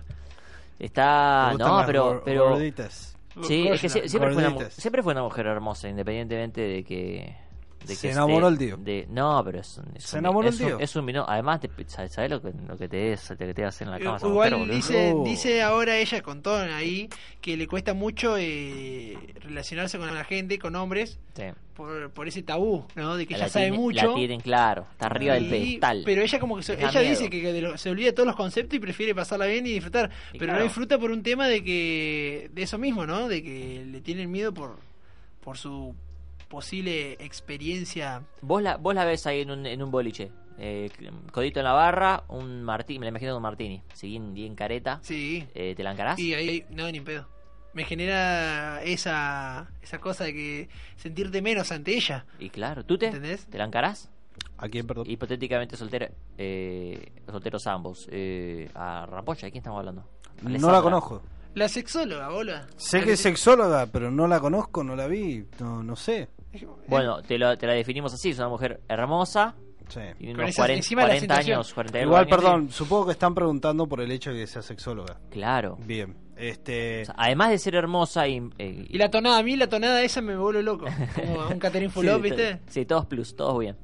Está... ¿Te gustan No, las pero... gor- pero gorditas? Sí, es que sie- siempre fue, una, mu- Gorditas. siempre fue una mujer hermosa, independientemente de que... De Se que enamoró esté- el tío. de- no, pero es, un- es Se un- enamoró es el un- tío. Es un minuto. Además, te, ¿sabes, sabes lo que, lo que te es, lo que te hace en la cama? esa Igual mujer, boludo? dice, Oh. dice ahora ella con todo ahí que le cuesta mucho eh, relacionarse con la gente, con hombres, Sí. por, por ese tabú, ¿no? De que La ella sabe tiene- mucho. La tienen claro, está arriba del Y- pedestal. Pero ella como que se- Les da ella miedo. dice que, que de lo- se olvida de todos los conceptos y prefiere pasarla bien y disfrutar, Y pero claro. no disfruta por un tema de que de eso mismo, ¿no? De que le tienen miedo por por su posible experiencia. Vos la, vos la ves ahí en un, en un boliche. Eh, codito en la barra, un martini, me la imagino un martini, sí, bien, bien careta. Sí. Eh, ¿Te la encarás? Y ahí no ni en pedo. Me genera esa esa cosa de que sentirte menos ante ella. Y claro, ¿tú te? ¿Entendés? ¿Te la encarás? ¿A quién, perdón? Hipotéticamente soltera, eh, solteros ambos. Eh, a Rampolla, ¿de quién estamos hablando? No Alessandra. la conozco. La sexóloga, bola. Sé La que es te- sexóloga, pero no la conozco, no la vi, no, no sé. Bueno, te, lo, te la definimos así, es una mujer hermosa, Sí. tiene Con unos esa- cuarenta, encima la cuarenta acentuación. años, cuarenta y algo Igual, años. perdón, supongo que están preguntando por el hecho de que sea sexóloga. Claro. Bien, este... O sea, además de ser hermosa y... eh, Y la tonada, a mí la tonada esa me vuelve loco. Como un Catherine sí, Fulop, to- ¿viste? Sí, todos plus, todos bien.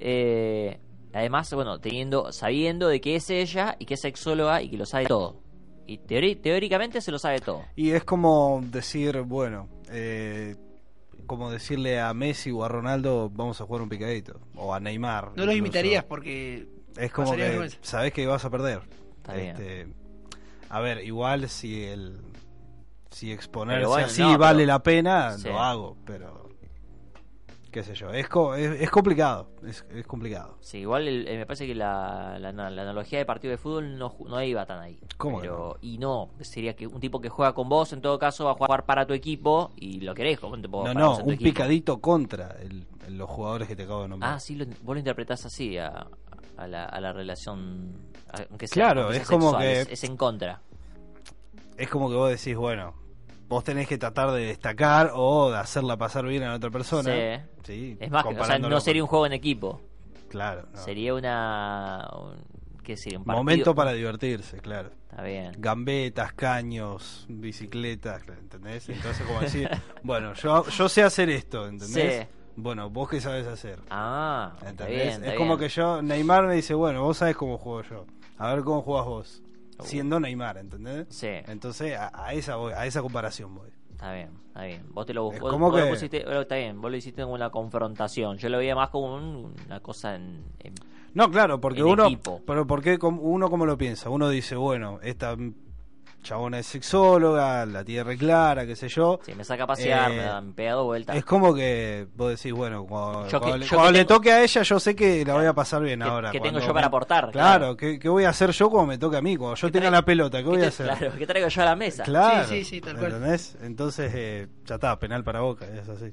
Eh, además, bueno, teniendo, sabiendo de que es ella y que es sexóloga y que lo sabe todo. Y teori- teóricamente se lo sabe todo. Y es como decir, bueno, eh, como decirle a Messi o a Ronaldo, vamos a jugar un picadito. O a Neymar. No los incluso. imitarías porque Es como pasaría que vergüenza. sabés que vas a perder. Está bien. Este, a ver, igual si el si exponerse Pero bueno, así no, vale pero- la pena, Sí. lo hago, pero qué sé yo, es, co- es, es complicado, es, es complicado. Sí, igual el- eh, me parece que la, la, la analogía de partido de fútbol no, ju- no iba tan ahí. ¿Cómo Pero, y no, sería que un tipo que juega con vos, en todo caso, va a jugar para tu equipo y lo querés. Como te puedo No, para no, vos en tu un equipo. picadito contra el, el- los jugadores que te acabo de nombrar. Ah, sí, lo, vos lo interpretás así a, a, la, a la relación. a- Aunque sea, Claro, aunque sea es como sexual, que- Es, es en contra. Es como que vos decís, bueno, vos tenés que tratar de destacar o de hacerla pasar bien a la otra persona. Sí. Sí, Es más, que, o sea, comparándolo no con- sería un juego en equipo. Claro, no. Sería una. Un, ¿Qué sería? Un partido. Momento para divertirse, claro. Está bien. Gambetas, caños, bicicletas, ¿entendés? Entonces como decir, bueno, yo, yo sé hacer esto, ¿entendés? Sí. Bueno, vos qué sabés hacer. Ah, está ¿Entendés? bien, está es como bien. que yo, Neymar me dice, bueno, vos sabés cómo juego yo. A ver cómo jugás vos. Uh. Siendo Neymar, ¿entendés? Sí. Entonces a, a esa voy, a esa comparación voy. Está bien, está bien. Vos te lo Es vos- como vos lo que- pusiste- bueno, está bien, vos lo hiciste como una confrontación. Yo lo veía más como un- una cosa en, en- No, claro, porque En uno, equipo. pero porque com- uno como lo piensa, uno dice, bueno, esta chabona es sexóloga, la tiene re clara, qué sé yo. sí, me saca a pasear, Eh, me da me pega dos vueltas. Es como que vos decís, bueno, cuando, Yo que- cuando le, yo cuando que le tengo- toque a ella, yo sé que la voy a pasar bien ¿Qué- ahora. qué tengo Cuando yo para me- aportar? Claro, Claro. ¿qué, qué voy a hacer yo cuando me toque a mí? Cuando yo ¿Qué tenga tra- la pelota, ¿qué ¿Qué voy te- a hacer? Claro, ¿qué traigo yo a la mesa? Claro, Sí, sí, sí, tal cual. ¿entendés? Entonces, eh, ya está, penal para Boca, es así.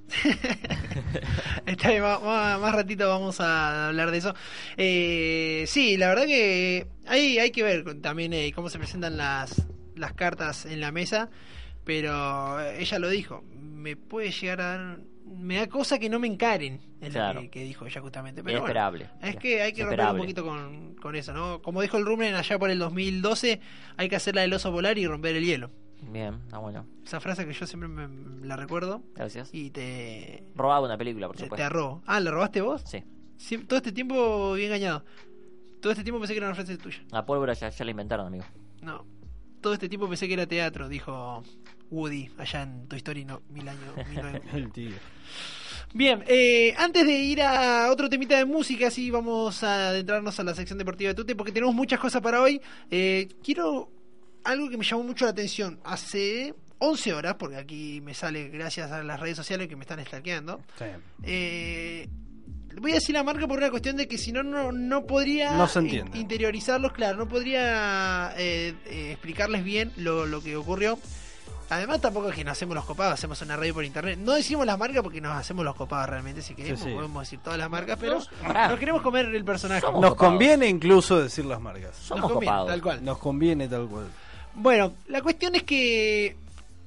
Está bien, más, más- más ratito vamos a hablar de eso. Eh, sí, la verdad que hay, hay que ver con- también eh, cómo se presentan las, las cartas en la mesa, pero ella lo dijo, me puede llegar a dar, me da cosa que no me encaren, es Claro. lo que, que dijo ella justamente. Es Pero bueno, esperable. es que hay que romper Esperable. un poquito con, con eso, ¿no? Como dijo el Rumen allá por el dos mil doce, hay que hacer la del oso polar y romper el hielo. Bien, está bueno. Esa frase que yo siempre me, la recuerdo Gracias. y te, Robaba una película, por te, te supuesto. arrobo. Ah, ¿la robaste vos? Sí. Sí, todo este tiempo bien engañado. Todo este tiempo pensé que era una frase tuya. La pólvora ya, ya la inventaron, amigo. No. Todo este tiempo pensé que era teatro, dijo Woody allá en Toy Story no, mil años. mil nueve- El tío. Bien, eh, antes de ir a otro temita de música, sí vamos a adentrarnos a la sección deportiva de Tute porque tenemos muchas cosas para hoy. Eh, quiero algo que me llamó mucho la atención. Hace once horas, porque aquí me sale gracias a las redes sociales que me están stalkeando. Sí. Eh, voy a decir la marca por una cuestión de que si no, no, no podría No se entiende. in- interiorizarlos, claro, no podría eh, eh, explicarles bien lo, lo que ocurrió. Además, tampoco es que nos hacemos los copados, hacemos una radio por internet. No decimos las marcas porque nos hacemos los copados realmente. Si queremos, Sí, sí. podemos decir todas las marcas, pero Pará. nos queremos comer el personaje. Somos Nos copados. conviene incluso decir las marcas. Somos Nos conviene, copados. tal cual. Nos conviene tal cual. Bueno, la cuestión es que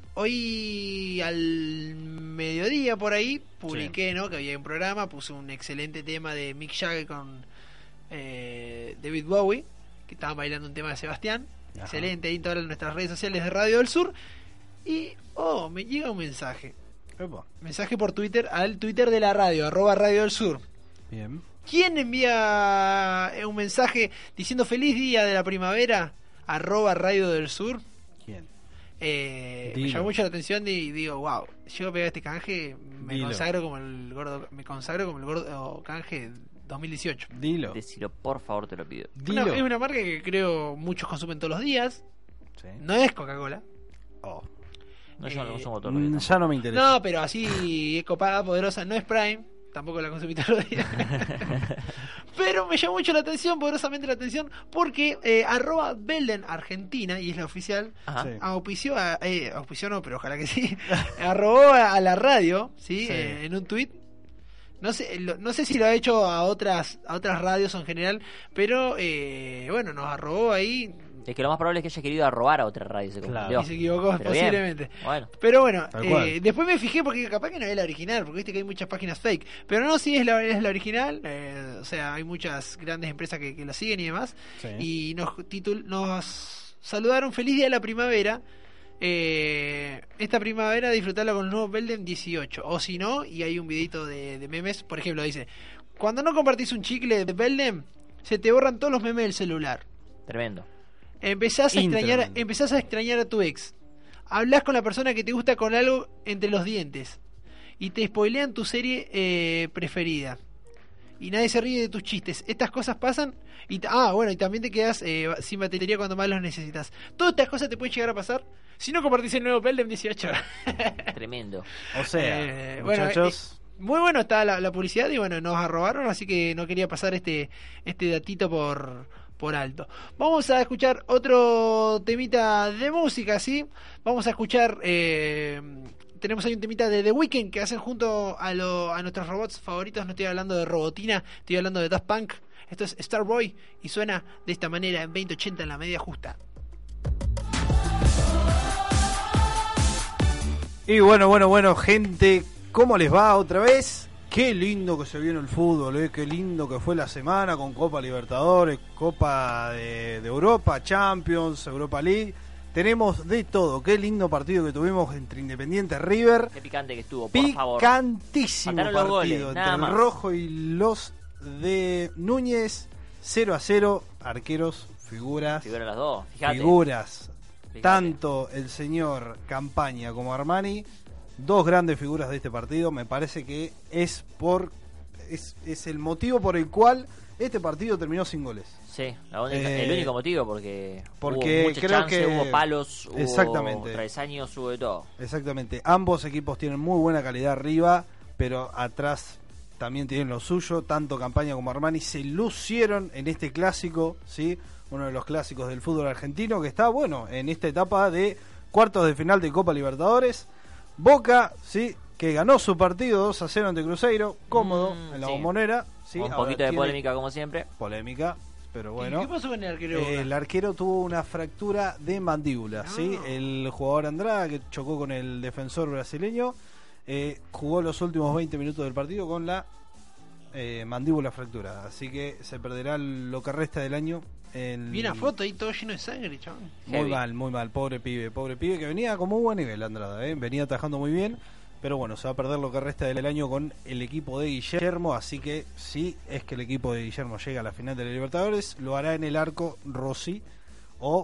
hoy al mediodía por ahí publiqué, ¿no? Que había un programa, puse un excelente tema de Mick Jagger con eh, David Bowie, que estaban bailando un tema de Sebastián. Ajá. Excelente, ahí en todas nuestras redes sociales de Radio del Sur. Y, oh, me llega un mensaje. Epa, Mensaje por Twitter al Twitter de la radio, arroba Radio del Sur. bien. ¿Quién envía un mensaje diciendo feliz día de la primavera? Arroba Radio del Sur. ¿Quién? Eh, me Dilo. llamó mucho la atención y digo, wow, llego a pegar este canje, me Dilo. consagro como el gordo, me consagro como el gordo canje dos mil dieciocho. Dilo. Decilo, por favor, te lo pido. Una- Dilo. es una marca que creo muchos consumen todos los días. Sí. No es Coca-Cola. Oh. No, yo no Eh, consumo todo lo que Mm, tomo. ya no me interesa. No, pero así es copada, poderosa. No es Prime, tampoco la consumí todos los días. Pero me llamó mucho la atención, poderosamente la atención, porque eh, arroba Belden Argentina, y es la oficial, Ajá. Sí. auspició, a, eh, auspició no, pero ojalá que sí, arrobó a, a la radio, ¿sí? Sí. Eh, en un tuit. No sé, lo- no sé si lo ha hecho a otras a otras radios en general, pero eh, bueno, nos arrobó ahí Es que lo más probable es que haya querido robar a otra radio. Se Claro. confundió. y se equivocó Pero bien. posiblemente. Bueno, Pero bueno, Tal eh, cual. después me fijé porque capaz que no es la original, porque viste que hay muchas páginas fake. Pero no, sí es la, es la original. eh, o sea, hay muchas grandes empresas que, que la siguen y demás. Sí. Y nos, titul- nos saludaron feliz día de la primavera. Eh, esta primavera disfrutarla con el nuevo Belden dieciocho. O si no, y hay un videito de, de memes, por ejemplo, dice: cuando no compartís un chicle de Belden, se te borran todos los memes del celular. tremendo. Empezás a, extrañar, Tremendo. empezás a extrañar a tu ex. Hablas con la persona que te gusta con algo entre los dientes. Y te spoilean tu serie eh, preferida. Y nadie se ríe de tus chistes. Estas cosas pasan. Y t- ah, bueno, y también te quedas eh, sin batería cuando más los necesitas. Todas estas cosas te pueden llegar a pasar si no compartís el nuevo Pelden dieciocho. Tremendo. O sea, Eh, bueno, muchachos, muy bueno está la, la publicidad y bueno, nos robaron, así que no quería pasar este este datito por por alto. Vamos a escuchar otro temita de música, ¿sí? Vamos a escuchar eh, tenemos ahí un temita de The Weeknd que hacen junto a, lo, a nuestros robots favoritos. No estoy hablando de Robotina, estoy hablando de Daft Punk. Esto es Starboy y suena de esta manera en veinte ochenta en la media justa. Y bueno, bueno, bueno, gente, ¿cómo les va otra vez? Qué lindo que se viene el fútbol, ¿eh? Qué lindo que fue la semana con Copa Libertadores, Copa de, de Europa, Champions, Europa League. Tenemos de todo. Qué lindo partido que tuvimos entre Independiente y River. Qué picante que estuvo, por favor. Picantísimo partido goles, entre el más. Rojo y los de Núñez. cero a cero, arqueros, figuras. Figuras las dos, fíjate. Figuras. Fíjate. Tanto el señor Campaña como Armani. Dos grandes figuras de este partido. Me parece que es por es, es el motivo por el cual este partido terminó sin goles. Sí, la única, Eh, el único motivo porque, porque hubo mucha creo chance, que- hubo palos, hubo Exactamente. travesaños, hubo de todo. Exactamente. Ambos equipos tienen muy buena calidad arriba, pero atrás también tienen lo suyo. Tanto Campaña como Armani se lucieron en este clásico, ¿sí? Uno de los clásicos del fútbol argentino que está, bueno, en esta etapa de cuartos de final de Copa Libertadores. Boca, sí, que ganó su partido dos a cero ante Cruzeiro, cómodo Mm, en la sí. Bombonera. Sí, Un ahora poquito de tiene polémica como siempre. Polémica, pero bueno. ¿Qué pasó con el arquero? Eh, el arquero tuvo una fractura de mandíbula, No. ¿sí? El jugador Andrada, que chocó con el defensor brasileño, eh, jugó los últimos veinte minutos del partido con la eh, mandíbula fracturada. Así que se perderá lo que resta del año. En... Vi una foto ahí todo lleno de sangre, chaval. Muy Heavy. mal, muy mal, pobre pibe, pobre pibe que venía con muy buen nivel Andrada, ¿eh? Venía atajando muy bien, pero bueno, se va a perder lo que resta del año con el equipo de Guillermo, así que si es que el equipo de Guillermo llega a la final de la Libertadores, lo hará en el arco Rossi, o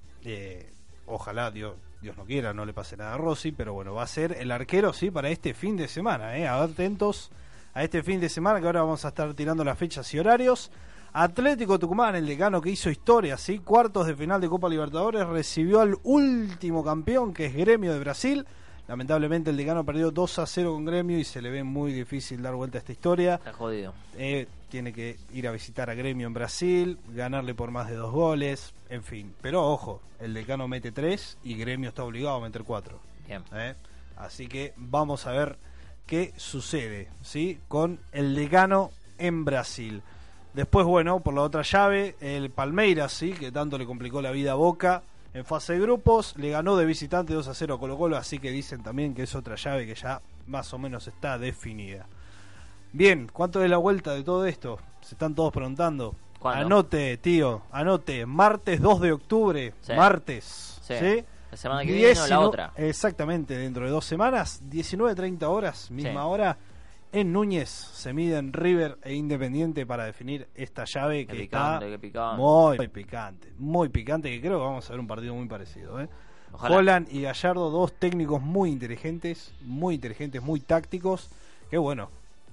eh, ojalá Dios, Dios no quiera, no le pase nada a Rossi, pero bueno, va a ser el arquero, sí, para este fin de semana, ¿eh? Atentos a este fin de semana, que ahora vamos a estar tirando las fechas y horarios. Atlético Tucumán, el decano que hizo historia, ¿sí? Cuartos de final de Copa Libertadores, recibió al último campeón, que es Gremio de Brasil. Lamentablemente el decano perdió dos a cero con Gremio y se le ve muy difícil dar vuelta a esta historia. Está jodido. Eh, tiene que ir a visitar a Gremio en Brasil, ganarle por más de dos goles, en fin. Pero ojo, el decano mete tres y Gremio está obligado a meter cuatro. Bien. ¿eh? Así que vamos a ver qué sucede, ¿sí? Con el decano en Brasil. Después, bueno, por la otra llave, el Palmeiras, sí, que tanto le complicó la vida a Boca en fase de grupos, le ganó de visitante dos a cero a Colo Colo, así que dicen también que es otra llave que ya más o menos está definida. Bien, ¿cuánto es la vuelta de todo esto? Se están todos preguntando. ¿Cuándo? Anote, tío, anote, martes dos de octubre, Sí. martes, Sí. ¿sí? La semana que viene o la diecinueve otra. Exactamente, dentro de dos semanas, diecinueve treinta horas, misma Sí. hora. En Núñez se miden River e Independiente para definir esta llave Qué que picante, está qué picante. muy picante, muy picante, que creo que vamos a ver un partido muy parecido. ¿eh? Ojalá. Holland y Gallardo, dos técnicos muy inteligentes, muy inteligentes, muy tácticos, que bueno,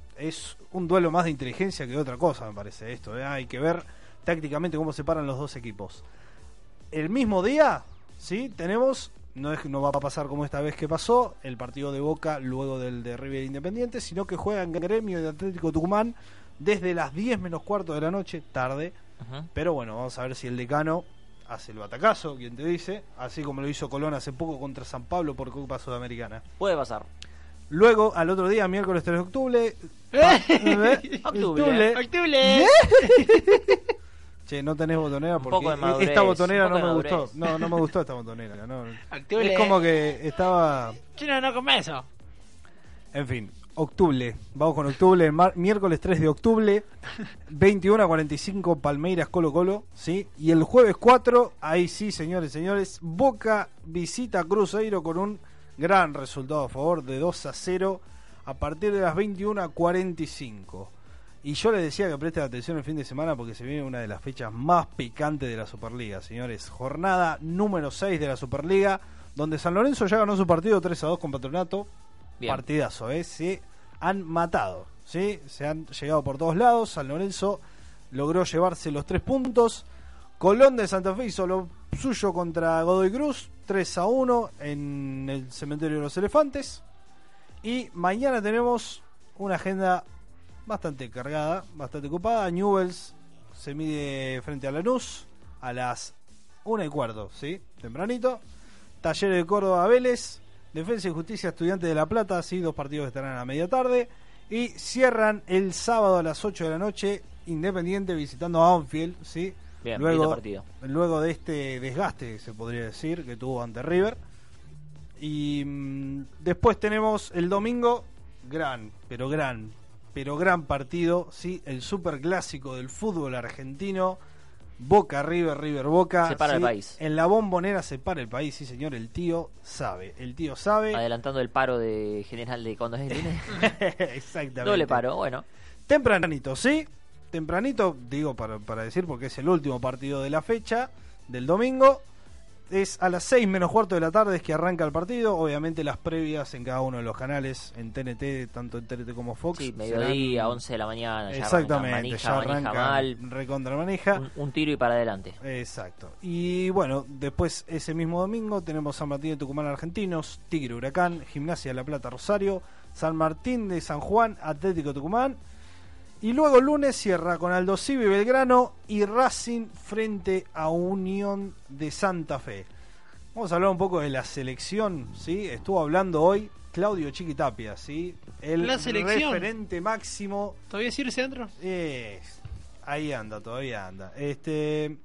es un duelo más de inteligencia que otra cosa, me parece esto. ¿eh? Hay que ver tácticamente cómo se paran los dos equipos. El mismo día, sí, tenemos... No es que no va a pasar como esta vez que pasó, el partido de Boca luego del de River Independiente, sino que juegan Gremio y Atlético Tucumán desde las diez menos cuarto de la noche, tarde. Ujú. Pero bueno, vamos a ver si el decano hace el batacazo, quien te dice, así como lo hizo Colón hace poco contra San Pablo por Copa Sudamericana. Puede pasar. Luego, al otro día, miércoles tres de octubre... pa- eh, Octubre. ¡Octubre! Che, no tenés botonera Un porque poco de madurez, esta botonera un poco no me de gustó. madurez. No, no me gustó esta botonera. No. Octubre. Es como que estaba... Chino, no come eso. En fin, octubre. Vamos con octubre. Mar- miércoles tres de octubre, veintiuno a cuarenta y cinco, Palmeiras Colo Colo. ¿Sí? Y el jueves cuatro, ahí sí, señores, señores, Boca visita a Cruzeiro con un gran resultado a favor de dos a cero a partir de las veintiuno a cuarenta y cinco. Y yo les decía que presten atención el fin de semana porque se viene una de las fechas más picantes de la Superliga, señores. Jornada número seis de la Superliga, donde San Lorenzo ya ganó su partido tres a dos con Patronato. Bien. Partidazo, ¿eh? Se han matado, ¿sí? Se han llegado por todos lados. San Lorenzo logró llevarse los tres puntos. Colón de Santa Fe hizo lo suyo contra Godoy Cruz, tres a uno en el Cementerio de los Elefantes. Y mañana tenemos una agenda bastante cargada, bastante ocupada. Newell's se mide frente a Lanús a las una y cuarto, ¿sí? Tempranito. Talleres de Córdoba, Vélez. Defensa y Justicia, Estudiantes de La Plata, sí, dos partidos que estarán a media tarde. Y cierran el sábado a las ocho de la noche, Independiente visitando a Banfield, ¿sí? Bien, luego, partido. luego de este desgaste, se podría decir, que tuvo ante River. Y mmm, después tenemos el domingo, gran, pero gran, pero gran partido, ¿sí? El superclásico del fútbol argentino, Boca River, River Boca. Se para ¿sí? el país. En la Bombonera se para el país, sí señor, el tío sabe, el tío sabe. Adelantando el paro de general de cuando es el lunes. Exactamente. Doble paro, bueno. Tempranito, ¿sí? Tempranito, digo para, para decir porque es el último partido de la fecha, del domingo. Es a las seis menos cuarto de la tarde es que arranca el partido. Obviamente las previas en cada uno de los canales, en T N T, tanto en T N T como Fox. Sí, mediodía, serán... once de la mañana. Ya exactamente, manija, ya arranca manija mal. Recontra manija. Un, un tiro y para adelante. Exacto. Y bueno, después ese mismo domingo tenemos San Martín de Tucumán Argentinos, Tigre Huracán, Gimnasia de La Plata Rosario, San Martín de San Juan, Atlético Tucumán. Y luego el lunes cierra con Aldo Civi Belgrano y Racing frente a Unión de Santa Fe. Vamos a hablar un poco de la selección, ¿sí? Estuvo hablando hoy Claudio Chiquitapia, ¿sí? El la selección. Referente máximo. ¿Todavía sirve ese centro? Eh, ahí anda, todavía anda. Este,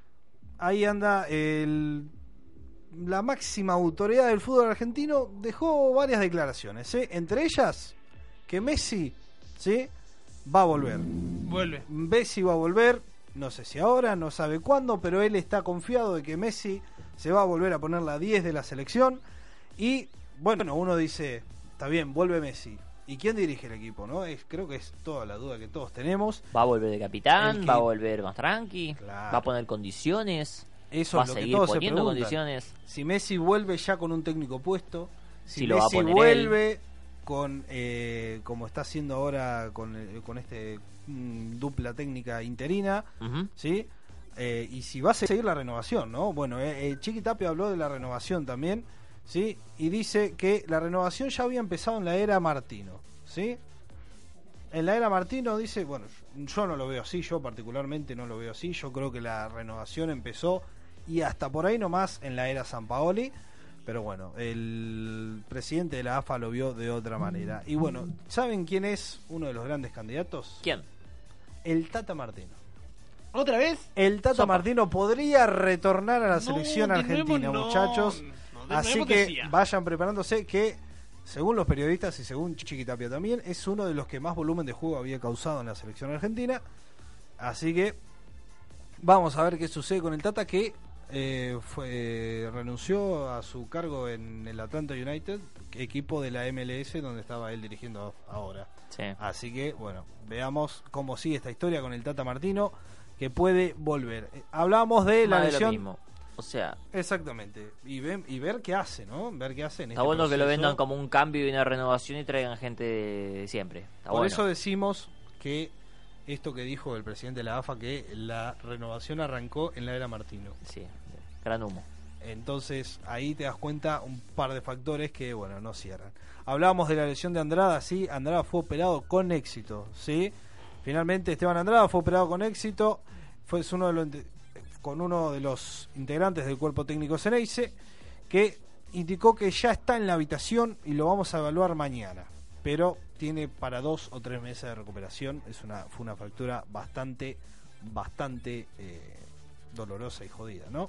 ahí anda el, la máxima autoridad del fútbol argentino. Dejó varias declaraciones, ¿sí? Entre ellas que Messi, ¿sí? Va a volver. Vuelve. Messi va a volver, no sé si ahora, no sabe cuándo, pero él está confiado de que Messi se va a volver a poner la diez de la selección. Y bueno, uno dice, está bien, vuelve Messi. ¿Y quién dirige el equipo? ¿No? Es, creo que es toda la duda que todos tenemos. Va a volver de capitán, que... va a volver más tranqui, claro. Va a poner condiciones, Eso va es a lo seguir que todos poniendo se condiciones. Si Messi vuelve ya con un técnico puesto, si sí, lo va a Messi poner vuelve él. con eh, como está haciendo ahora con, eh, con este mm, dupla técnica interina, Uh-huh. ¿sí? Eh, y si va a seguir la renovación, ¿no? Bueno, eh, eh, Chiqui Tapia habló de la renovación también, ¿sí? Y dice que la renovación ya había empezado en la era Martino, ¿sí? En la era Martino dice, bueno, yo no lo veo así, yo particularmente no lo veo así, yo creo que la renovación empezó y hasta por ahí nomás en la era Sampaoli, pero bueno, el presidente de la A F A lo vio de otra manera. Y bueno, ¿saben quién es uno de los grandes candidatos? ¿Quién? El Tata Martino. ¿Otra vez? El Tata Sopa. Martino podría retornar a la No, selección de argentina, nuevo no. muchachos. No, de Así nuevo que decía. vayan preparándose que, según los periodistas y según Chiqui Tapia también, es uno de los que más volumen de juego había causado en la selección argentina. Así que vamos a ver qué sucede con el Tata, que eh, fue renunció a su cargo en el Atlanta United, equipo de la M L S donde estaba él dirigiendo ahora. Sí. Así que, bueno, veamos cómo sigue esta historia con el Tata Martino, que puede volver. Eh, Hablábamos de la Más de lo lesión. mismo. O sea, Exactamente. Y, ven, y ver qué hace, ¿no? Ver qué hace en está este bueno que lo proceso. vendan como un cambio y una renovación y traigan gente de siempre. Está Por bueno. eso decimos que esto que dijo el presidente de la A F A, que la renovación arrancó en la era Martino. Sí, gran humo. Entonces ahí te das cuenta un par de factores que, bueno, no cierran. Hablábamos de la lesión de Andrada, sí, Andrada fue operado con éxito, sí. Finalmente Esteban Andrada fue operado con éxito, fue uno de los, con uno de los integrantes del cuerpo técnico Ceneice, que indicó que ya está en la habitación y lo vamos a evaluar mañana, pero tiene para dos o tres meses de recuperación. Es una fue una fractura bastante, bastante eh, dolorosa y jodida, ¿no?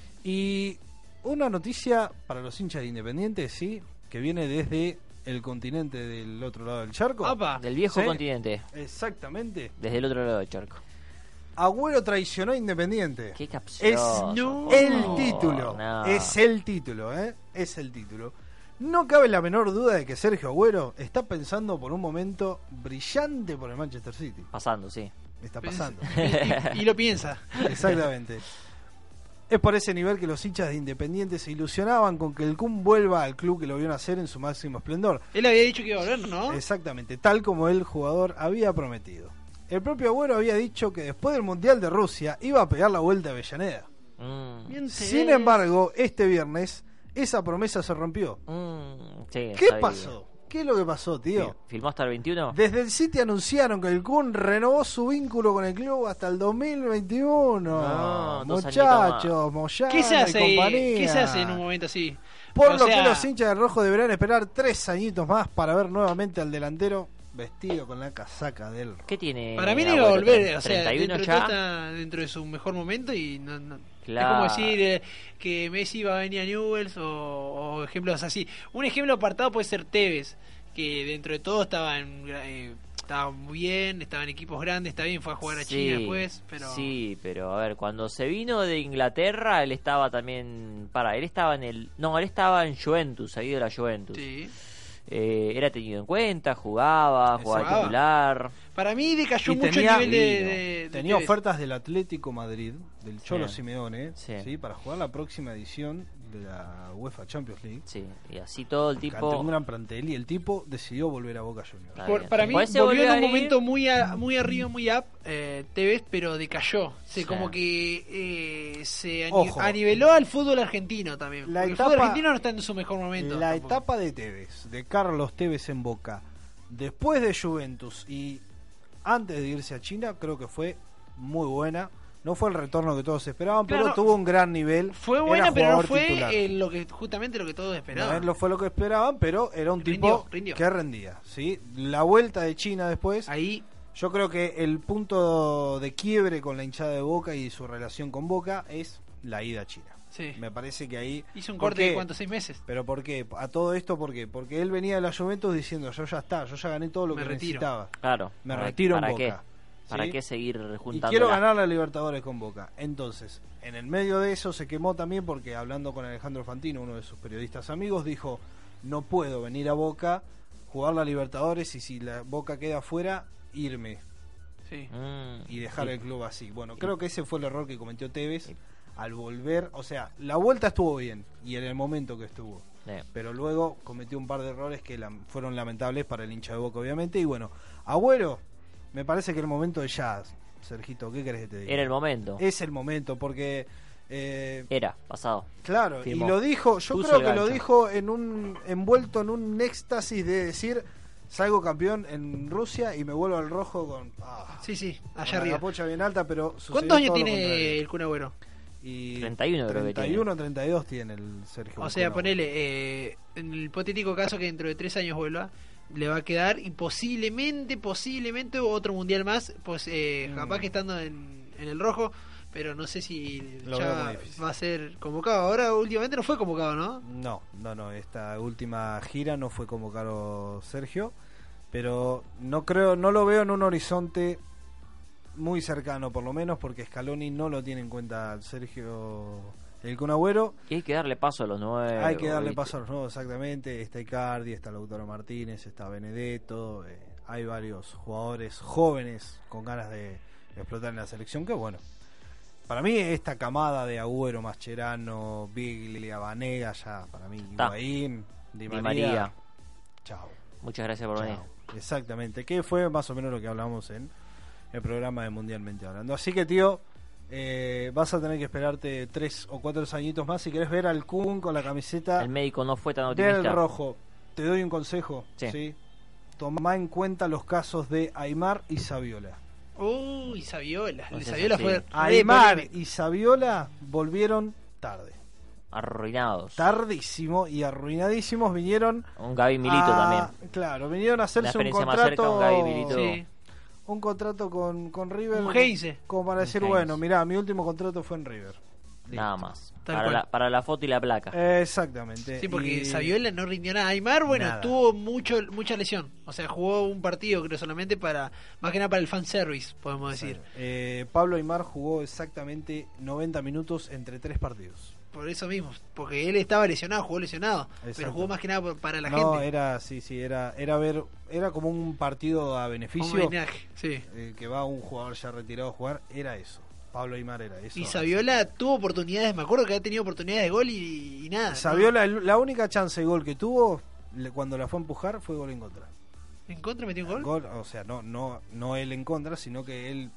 Y una noticia para los hinchas de Independiente, sí, que viene desde el continente del otro lado del charco. ¡Apa! Del viejo ¿Sí? continente, Exactamente. desde el otro lado del charco. Agüero traicionó a Independiente. Qué Es capcioso. No. el No, título. no. Es el título, ¿eh? Es el título. No cabe la menor duda de que Sergio Agüero está pensando por un momento brillante por el Manchester City. Pasando, sí. Está pasando. Y, y- y lo piensa. Exactamente. Es por ese nivel que los hinchas de Independiente se ilusionaban con que el Kun vuelva al club que lo vio nacer en su máximo esplendor. Él había dicho que iba a volver, ¿no? Exactamente, tal como el jugador había prometido. El propio Agüero había dicho que después del Mundial de Rusia iba a pegar la vuelta a Avellaneda. Mm, Miente. Sin embargo, este viernes esa promesa se rompió. mm, sí, ¿Qué sabía. pasó? ¿Qué es lo que pasó, tío? ¿Filmó hasta el veintiuno? Desde el City anunciaron que el Kun renovó su vínculo con el club hasta el dos mil veintiuno. No, dos Muchachos, Moyano ¿Qué se hace? y compañía. ¿Qué se hace en un momento así? Por O lo sea, que los hinchas del rojo deberán esperar tres añitos más para ver nuevamente al delantero vestido con la casaca del rojo. ¿Qué tiene? Para mí no Agüero? iba a volver, o sea, treinta y uno dentro de, ya. todo está dentro de su mejor momento y no, no- Claro. es como decir eh, que Messi iba a venir a Newell's o, o ejemplos así. Un ejemplo apartado puede ser Tevez, que dentro de todo estaba en, eh, estaba muy bien, estaba en equipos grandes, está bien, fue a jugar a Sí, China después, pero Sí, pero a ver, cuando se vino de Inglaterra, él estaba también... Para, él estaba en el... No, él estaba en Juventus, ahí de la Juventus. sí. Eh, era tenido en cuenta, jugaba, jugaba Jugaba. titular. Para mí decayó Y mucho tenía- el nivel de, Sí, de- de Tenía Tevez. ofertas del Atlético Madrid, del Cholo Sí. Simeone, Sí. ¿sí? para jugar la próxima edición de la UEFA Champions League. Sí, y así todo el Ante tipo... un gran plantel y el tipo decidió volver a Boca Juniors. Está Por- bien. para mí Después se volvió en volvió un a ir. momento muy a- muy arriba, muy up, eh, Tevez, pero decayó. Se, Sí. Como que eh, se ani- Ojo. aniveló al fútbol argentino también. La Porque etapa- el fútbol argentino no está en su mejor momento. La tampoco. etapa de Tevez, de Carlos Tevez en Boca, después de Juventus y antes de irse a China, creo que fue muy buena. No fue el retorno que todos esperaban, Claro, pero tuvo un gran nivel. Fue Era buena, pero no jugador fue titular. eh, lo que justamente lo que todos No, esperaban. él no fue lo que esperaban, pero era un Rindió, tipo rindió. que rendía. ¿sí? La vuelta de China después, Ahí, yo creo que el punto de quiebre con la hinchada de Boca y su relación con Boca es la ida a China. sí. Me parece que ahí... Hizo un ¿Por corte qué? de cuántos, seis meses. ¿Pero por qué? A todo esto, ¿por qué? Porque él venía de la Juventus diciendo, yo ya está, yo ya gané todo lo Me que retiro. necesitaba. Claro. Me ¿para- retiro en ¿para Boca. qué? ¿Para ¿sí? qué seguir Y juntando? quiero ganar la Libertadores con Boca. Entonces, en el medio de eso se quemó también porque hablando con Alejandro Fantino, uno de sus periodistas amigos, dijo, no puedo venir a Boca, jugar la Libertadores y si la Boca queda afuera, irme Sí. Mm, y dejar y- el club así. Bueno, creo que ese fue el error que cometió Tevez al volver. O sea, la vuelta estuvo bien y en el momento que estuvo. eh, Pero luego cometió un par de errores que la- fueron lamentables para el hincha de Boca, obviamente. Y bueno, Agüero, me parece que el momento es ya, Sergito, ¿qué querés que te diga? Era el momento. Es el momento, porque... eh, Era, pasado. claro, Firmó. y lo dijo, yo Puso creo el que lo gancho. dijo en un envuelto en un éxtasis de decir, salgo campeón en Rusia y me vuelvo al rojo con... ah, Sí, sí, con allá la arriba. capucha bien alta, pero sucedió ¿Cuántos años todo lo tiene contrario. el Kun Agüero? Y treinta y uno creo que treinta y uno, treinta y dos tiene el Sergio. O sea, Bucurao. ponele, eh, en el hipotético caso que dentro de tres años vuelva, le va a quedar y posiblemente, posiblemente otro mundial más, pues eh, Mm. capaz que estando en, en el rojo, pero no sé si Lo veo muy ya difícil. va a ser convocado. Ahora últimamente no fue convocado, ¿no? No, no, no, esta última gira no fue convocado Sergio, pero no creo, no lo veo en un horizonte muy cercano, por lo menos, porque Scaloni no lo tiene en cuenta al Sergio el Kun Agüero. Y hay que darle paso a los nuevos. Hay que darle ¿viste? paso a los nuevos, exactamente. Está Icardi, está Lautaro Martínez, está Benedetto. eh, hay varios jugadores jóvenes con ganas de explotar en la selección. Que bueno, para mí esta camada de Agüero, Mascherano, Biglia, Vanega, ya para mí, Ta. Higuaín, Di Di María. María. Chao. Muchas gracias por venir. Chao. Exactamente, que fue más o menos lo que hablamos en el programa de Mundialmente Hablando. Así que, tío, eh, vas a tener que esperarte tres o cuatro añitos más si querés ver al Kun con la camiseta El médico no fue tan del optimista. rojo. Te doy un consejo, Sí. ¿sí? Toma en cuenta los casos de Aymar y Saviola. Uy, Saviola. No El sé Saviola si fue sí. re Aymar polémico. y Saviola volvieron tarde. Arruinados. Tardísimo y arruinadísimos vinieron Un Gaby Milito a- también. Claro, vinieron a La hacerse un experiencia más cerca, contrato un Gaby Milito. Sí. un contrato con, con River. Un Heinze. Como para Un decir, Heinze. bueno, mirá, mi último contrato fue en River. Nada Listo. más. Tal Para cual. la, para la foto y la placa. Eh, exactamente. Sí, porque Y- Saviola no rindió nada. Aymar, bueno, Nada. tuvo mucho mucha lesión. O sea, jugó un partido, creo, solamente para, más que nada para el fanservice, podemos decir. Eh, Pablo Aymar jugó exactamente noventa minutos entre tres partidos. Por eso mismo, porque él estaba lesionado, jugó lesionado, pero Exacto. jugó más que nada por- para la no, gente. era, sí, sí, era, era ver, era como un partido a Un beneficio homenaje, sí. eh, que va un jugador ya retirado a jugar, era eso. Pablo Aymar era eso. Y Saviola tuvo oportunidades, me acuerdo que había tenido oportunidades de gol y, y nada. ¿no? Saviola, el- la única chance de gol que tuvo le- cuando la fue a empujar fue gol en contra. ¿En contra metió un gol? Gol, o sea, no, no, no él en contra, sino que él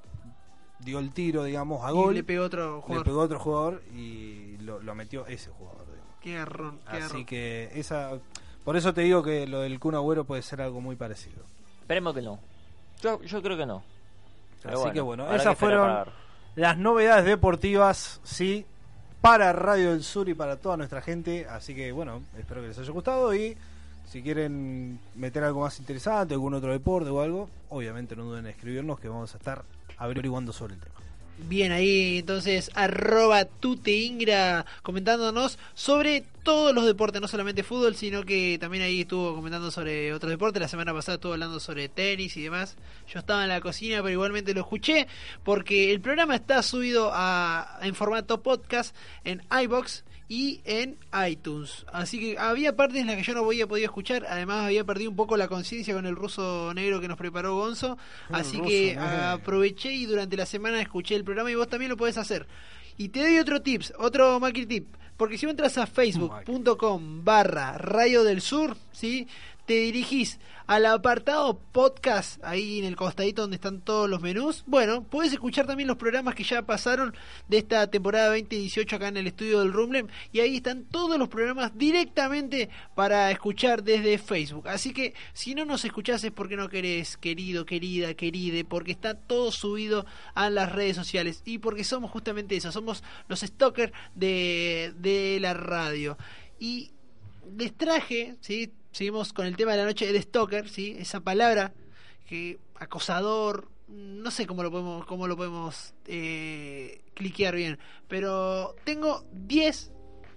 dio el tiro, digamos, a Y gol. le pegó otro le jugador. pegó a otro jugador y lo, lo metió ese jugador, digamos. Qué garrón, qué Así garrón. que esa, Por eso te digo que lo del Kun Agüero puede ser algo muy parecido. Esperemos que no. Yo, yo creo que no. Pero Así bueno, que bueno, habrá esas que esperar fueron para ver. las novedades deportivas, sí, para Radio del Sur y para toda nuestra gente. Así que bueno, espero que les haya gustado y si quieren meter algo más interesante, algún otro deporte o algo, obviamente no duden en escribirnos que vamos a estar averiguando sobre el tema. Bien, ahí entonces arroba tuteingra comentándonos sobre todos los deportes, no solamente fútbol, sino que también ahí estuvo comentando sobre otros deportes. La semana pasada estuvo hablando sobre tenis y demás. Yo estaba en la cocina, pero igualmente lo escuché porque el programa está subido a, en formato podcast en iVoox y en iTunes. Así que había partes en las que yo no había podido escuchar. Además había perdido un poco la conciencia con el ruso negro que nos preparó Gonzo. Así ruso que negro. aproveché y durante la semana escuché el programa y vos también lo podés hacer. Y te doy otro tips, otro Macri tip. Porque si vos entras a facebook.com barra Radio del Sur, ¿sí? Te dirigís al apartado podcast, ahí en el costadito donde están todos los menús. Bueno, puedes escuchar también los programas que ya pasaron de esta temporada veinte dieciocho acá en el estudio del Rumblem. Y ahí están todos los programas directamente para escuchar desde Facebook. Así que si no nos escuchás es porque no querés, querido, querida, queride, porque está todo subido a las redes sociales. Y porque somos justamente eso, somos los stalkers de, de la radio. Y les traje, ¿sí? Seguimos con el tema de la noche del stalker, ¿sí? Esa palabra que acosador, no sé cómo lo podemos cómo lo podemos eh, cliquear bien, pero tengo diez,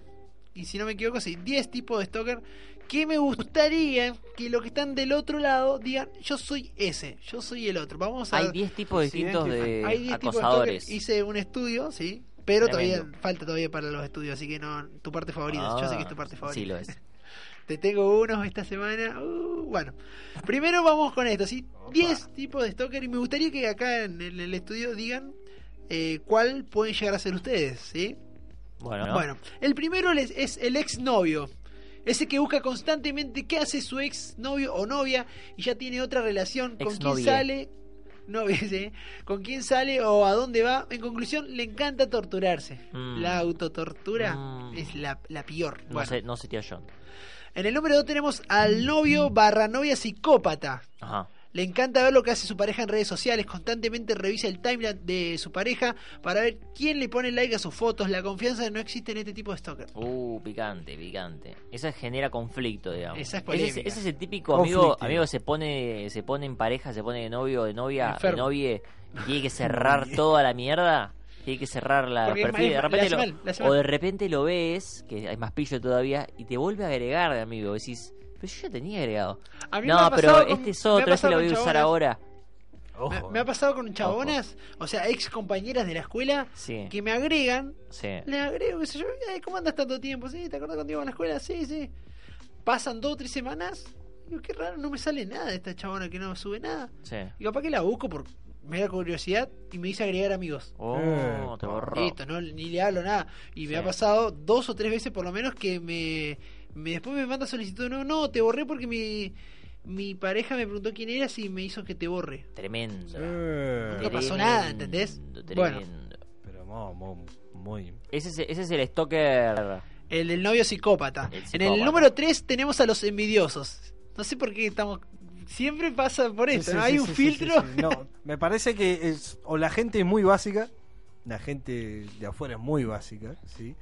y si no me equivoco, sí, diez tipos de stalker que me gustaría que los que están del otro lado digan, yo soy ese, yo soy el otro. Vamos a Hay diez tipos distintos de Hay diez tipos de acosadores. stalker. Hice un estudio, sí, pero Tremendo. todavía falta todavía para los estudios, así que no, tu parte favorita, Ah, yo sé que es tu parte favorita. sí lo es. Te tengo unos esta semana. Uh, bueno, primero vamos con esto, ¿sí? diez tipos de stalker y me gustaría que acá en el, en el estudio digan eh, cuál pueden llegar a ser ustedes, ¿sí? Bueno, ¿no? Bueno, el primero es, es el exnovio. Ese que busca constantemente qué hace su exnovio o novia y ya tiene otra relación, con quién Exnovie. sale, novia, ¿sí? Con quién sale o a dónde va. En conclusión, le encanta torturarse. Mm. La autotortura Mm. es la, la peor. No Bueno. sé, no sé, tía John. En el número dos tenemos al novio barra novia psicópata. Ajá. Le encanta ver lo que hace su pareja en redes sociales. Constantemente revisa el timeline de su pareja para ver quién le pone like a sus fotos. La confianza no existe en este tipo de stalker. Uh, picante, picante. Esa genera conflicto, digamos. Esa es ese, polémica. es, ese es el típico amigo, Conflictivo. amigo que se pone, se pone en pareja, se pone de novio, de novia, de Enfermo. novie, y tiene que cerrar toda la mierda. Tiene que cerrar la Porque es perfil. más- De repente le hace lo- mal, le hace o mal. de repente lo ves, que hay más pillo todavía, y te vuelve a agregar de amigo. Decís, pero yo ya tenía agregado. A mí No, me ha pero pasado con- este es me ha otro, este pasado lo voy a con usar chabonas. ahora. Me, Ojo. me ha pasado con chabonas, o sea, ex compañeras de la escuela Sí. que me agregan. Sí. Le agrego, qué sé yo, "Ay, ¿cómo andas tanto tiempo? Sí, ¿te acordás contigo en la escuela? Sí, sí. Pasan dos o tres semanas. Digo, qué raro, no me sale nada de esta chabona que no sube nada. Sí. Y capaz que la busco por mera curiosidad y me dice agregar amigos. Oh, Eh, te borró. Listo, no, ni le hablo nada. Y me Sí. ha pasado dos o tres veces por lo menos que me, me después me manda solicitud. No, no, te borré porque mi, mi pareja me preguntó quién eras y me hizo que te borre. Tremendo. Eh, No pasó nada, ¿entendés? Tremendo. Bueno. pero mo- mo- muy... Ese es, ese es el stalker. El del novio psicópata. El En psicópata. el número tres tenemos a los envidiosos. No sé por qué estamos... Siempre pasa por Sí, esto, sí, ¿no? sí, Hay sí, un sí, filtro. sí, sí. No, me parece que es, o la gente es muy básica, la gente de afuera es muy básica, ¿sí?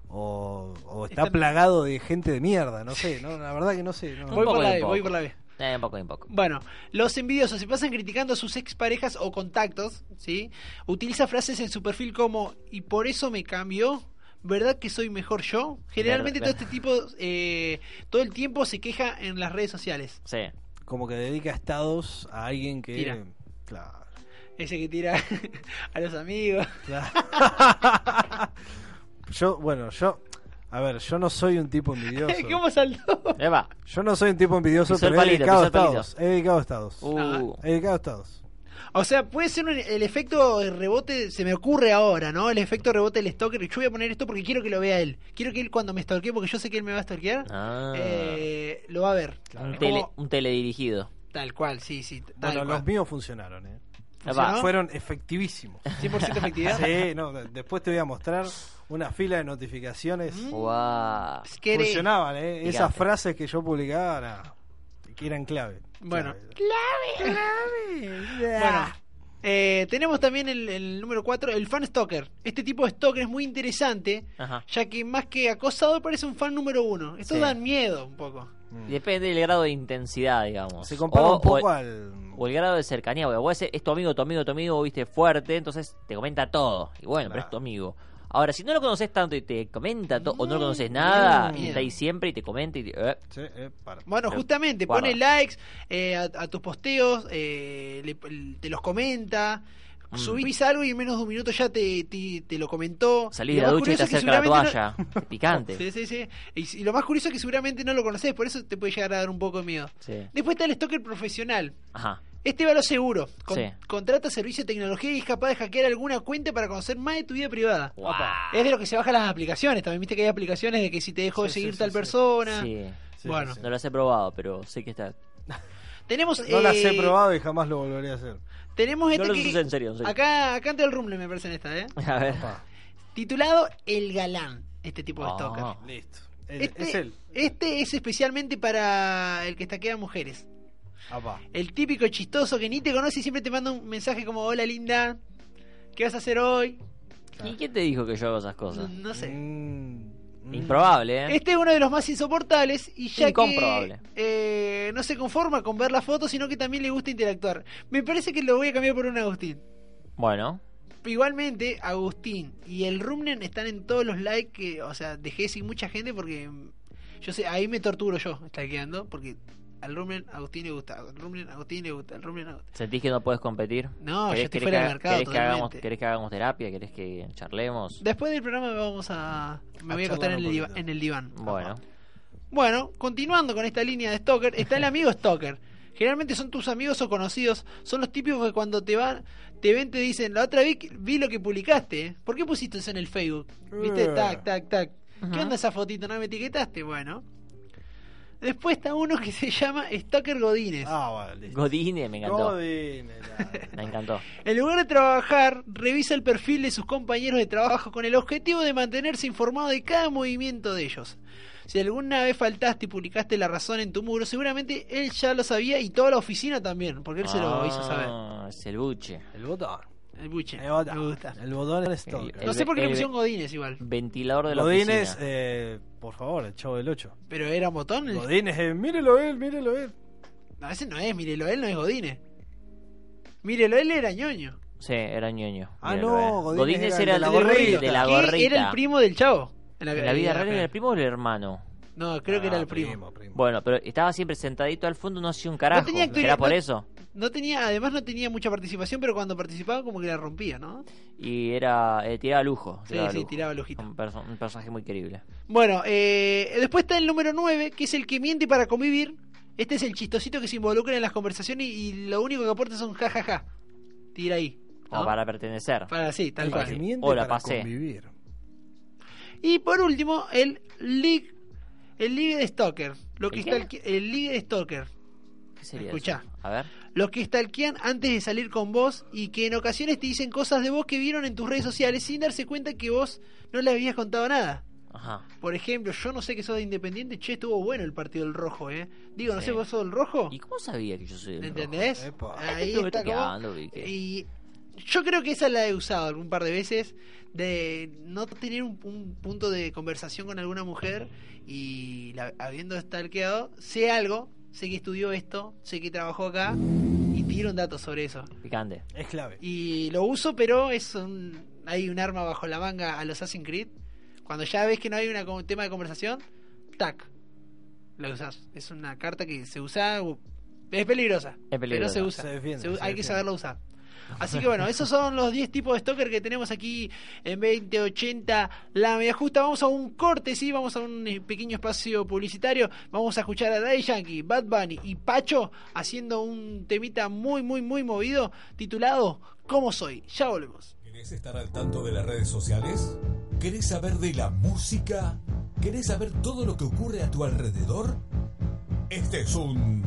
O, o está Está- plagado de gente de mierda, no sé, no, la verdad que no sé. No. Voy poco por la y B, un voy poco. por la B. Eh, un poco y un poco. Bueno, los envidiosos se pasan criticando a sus exparejas o contactos, ¿sí? Utiliza frases en su perfil como "y por eso me cambió", ¿verdad que soy mejor yo? Generalmente Ver- todo este tipo, eh, todo el tiempo se queja en las redes sociales. Sí. Como que dedica estados a alguien que... Tira. Claro. Ese que tira a los amigos. claro. yo, bueno, yo... A ver, yo no soy un tipo envidioso. ¿Cómo saltó? Eva. Yo no soy un tipo envidioso, Pisó el pero he palito, dedicado pisó el palito. estados. He dedicado estados. Uh, He dedicado estados. O sea, puede ser un- el efecto de rebote, se me ocurre ahora, ¿no? El efecto rebote del stalker. Yo voy a poner esto porque quiero que lo vea él. Quiero que él cuando me stalkee, porque yo sé que él me va a stalkear, ah, eh, lo va a ver. un, Es tele, como- un teledirigido. Tal cual, sí, sí. Tal Bueno, cual. los míos funcionaron, ¿eh? Eva. ¿No? Fueron efectivísimos. cien por ciento efectividad. Sí, no, de- después te voy a mostrar una fila de notificaciones. Mm. Wow. ¿Querés? Funcionaban, ¿eh? Gigante. Esas frases que yo publicaba, nah, que eran clave. Bueno. Clave. Clave. Bueno, eh, tenemos también el, el número cuatro, el fan stalker. Este tipo de stalker es muy interesante, Ajá. ya que más que acosador parece un fan número uno. Estos Sí. dan miedo un poco. Y depende del grado de intensidad, digamos. Se compara O- un poco o, al... o el grado de cercanía, porque vos es, es tu amigo, tu amigo, tu amigo, viste, fuerte, entonces te comenta todo. Y bueno, Claro. pero es tu amigo. Ahora, si no lo conoces tanto y te comenta todo, o no lo conoces nada, bien. y está ahí siempre y te comenta y te, eh, Sí, eh, para. Bueno, Pero, justamente, guarda. pone likes eh, a, a tus posteos, eh, le- te los comenta. Mm. Subís algo y en menos de un minuto ya te, te, te lo comentó. salís Y de lo la más ducha y te curioso es que acerca la seguramente toalla. Picante. Sí, sí, sí. Y, y lo más curioso es que seguramente no lo conocés, por eso te puede llegar a dar un poco de miedo. Sí. Después está el stalker profesional. Ajá. Este va a lo seguro. Con- Sí. Contrata servicio de tecnología y es capaz de hackear alguna cuenta para conocer más de tu vida privada. Wow. Es de lo que se bajan las aplicaciones. También viste que hay aplicaciones de que si te dejo de Sí, seguir sí, tal sí, sí. persona. Sí. Sí, Bueno. sí, No las he probado, pero sé que está. Tenemos, No las he eh, probado y jamás lo volveré a hacer. Tenemos este No lo que- uses en serio, en serio. Acá, acá ante el rumble me parece en esta, ¿eh? A ver. Papá. Titulado El Galán, este tipo de Ah. stalker. Listo. Es, Este, es él. este es especialmente para el que estaquea mujeres. Papá. El típico chistoso que ni te conoce y siempre te manda un mensaje como: hola linda, ¿qué vas a hacer hoy? ¿Y quién te dijo que yo hago esas No, cosas? no sé. Mm, mm. Improbable, ¿eh? Este es uno de los más insoportables y ya que Incomprobable. eh, no se conforma con ver la foto, sino que también le gusta interactuar. Me parece que lo voy a cambiar por un Agustín. Bueno. Igualmente, Agustín y el Rumnen están en todos los likes que, o sea, dejé sin mucha gente porque mm, yo sé, ahí me torturo yo, stalkeando, porque al Rumnen Agustín le gusta, al Rumnen Agustín le gusta, al Rumnen Agustín. ¿Sentís que no puedes competir? No, yo ¿Querés- estoy querés fuera que- del mercado ¿querés que, hagamos, totalmente. ¿Querés que hagamos terapia? ¿Querés que charlemos? Después del programa vamos a me A voy a acostar charlar en un el, diva- poquito. en el diván. Bueno. Bueno, continuando con esta línea de stalker, está el amigo stalker. Generalmente son tus amigos o conocidos, son los típicos que cuando te van, te ven te dicen, la otra vez vi, vi lo que publicaste, ¿eh? ¿Por qué pusiste eso en el Facebook? ¿Viste? Eh. Tac, tac, tac. Ujú. ¿Qué onda esa fotito? ¿No me etiquetaste? Bueno. Después está uno que se llama Stalker Godínez. Ah, vale. listo. Godine, me encantó. Godine, dale. Me encantó. En lugar de trabajar, revisa el perfil de sus compañeros de trabajo con el objetivo de mantenerse informado de cada movimiento de ellos. Si alguna vez faltaste y publicaste la razón en tu muro, seguramente él ya lo sabía y toda la oficina también, porque él se lo hizo saber. Ah, es el buche. El botón. El buche, El botón. me gusta. El botón es todo. El- No sé por qué le el- pusieron Godínez igual, Ventilador de la Godínez, oficina. eh, por favor, el chavo del ocho. pero era un botón. El... Godínez, eh, mírelo él, mírelo él. No, ese no es, mírelo, él no es Godínez. Mírelo, él era ñoño. Sí, era ñoño. Ah, Míralo, no, eh. Godínez Godínez era era el de el la de gorrita. de la Que gorrita. era el primo del chavo. En la vida real era el primo o el hermano. No, creo que era Ah, el primo. Bueno, pero estaba siempre sentadito al fondo, no hacía un carajo. tenía actividad- ¿Será por no- eso? No tenía, además no tenía mucha participación, pero cuando participaba como que la rompía, ¿no? Y era eh, tiraba lujo. Sí, tiraba sí, lujo. tiraba lujito. Un, perso- un personaje muy querible. Bueno, eh, después está el número nueve, que es el que miente para convivir. Este es el chistosito que se involucra en las conversaciones y, y lo único que aporta son jajaja. Tira ahí. Como ¿no? para pertenecer. Para, sí, tal El cual. que miente Hola, para pasé. convivir. Y por último, el League, el League de Stalker. Lo que ¿El está qué? el League de Stalker. ¿Qué sería Escuchá. eso? A ver. Los que stalkean antes de salir con vos y que en ocasiones te dicen cosas de vos que vieron en tus redes sociales sin darse cuenta que vos no les habías contado nada. Ajá. Por ejemplo, yo no sé que sos de Independiente, che, estuvo bueno el partido del rojo, ¿eh? Digo, no Sí. sé, vos sos del rojo. ¿Y cómo sabía que yo soy del rojo? ¿Entendés? Epa. Ahí Estuve está como... toqueando, vi que- Y yo creo que esa la he usado algún par de veces, de no tener un, un punto de conversación con alguna mujer y la- habiendo stalkeado, sé algo, sé que estudió esto, sé que trabajó acá y tiro un dato sobre eso. Picante. Es clave. Y lo uso, pero es un, hay un arma bajo la manga a los Assassin's Creed. Cuando ya ves que no hay un tema de conversación, tac, la usas. Es una carta que se usa, es peligrosa, Es peligrosa. pero se usa. Se defiende, Se u- se hay que defiende. saberla usar. Así que bueno, esos son los diez tipos de stalker que tenemos aquí en veinte ochenta La Media Justa. Vamos a un corte, sí, vamos a un eh, pequeño espacio publicitario. Vamos a escuchar a Daddy Yankee, Bad Bunny y Pacho haciendo un temita muy, muy, muy movido titulado ¿Cómo soy? Ya volvemos. ¿Querés estar al tanto de las redes sociales? ¿Querés saber de la música? ¿Querés saber todo lo que ocurre a tu alrededor? Este es un...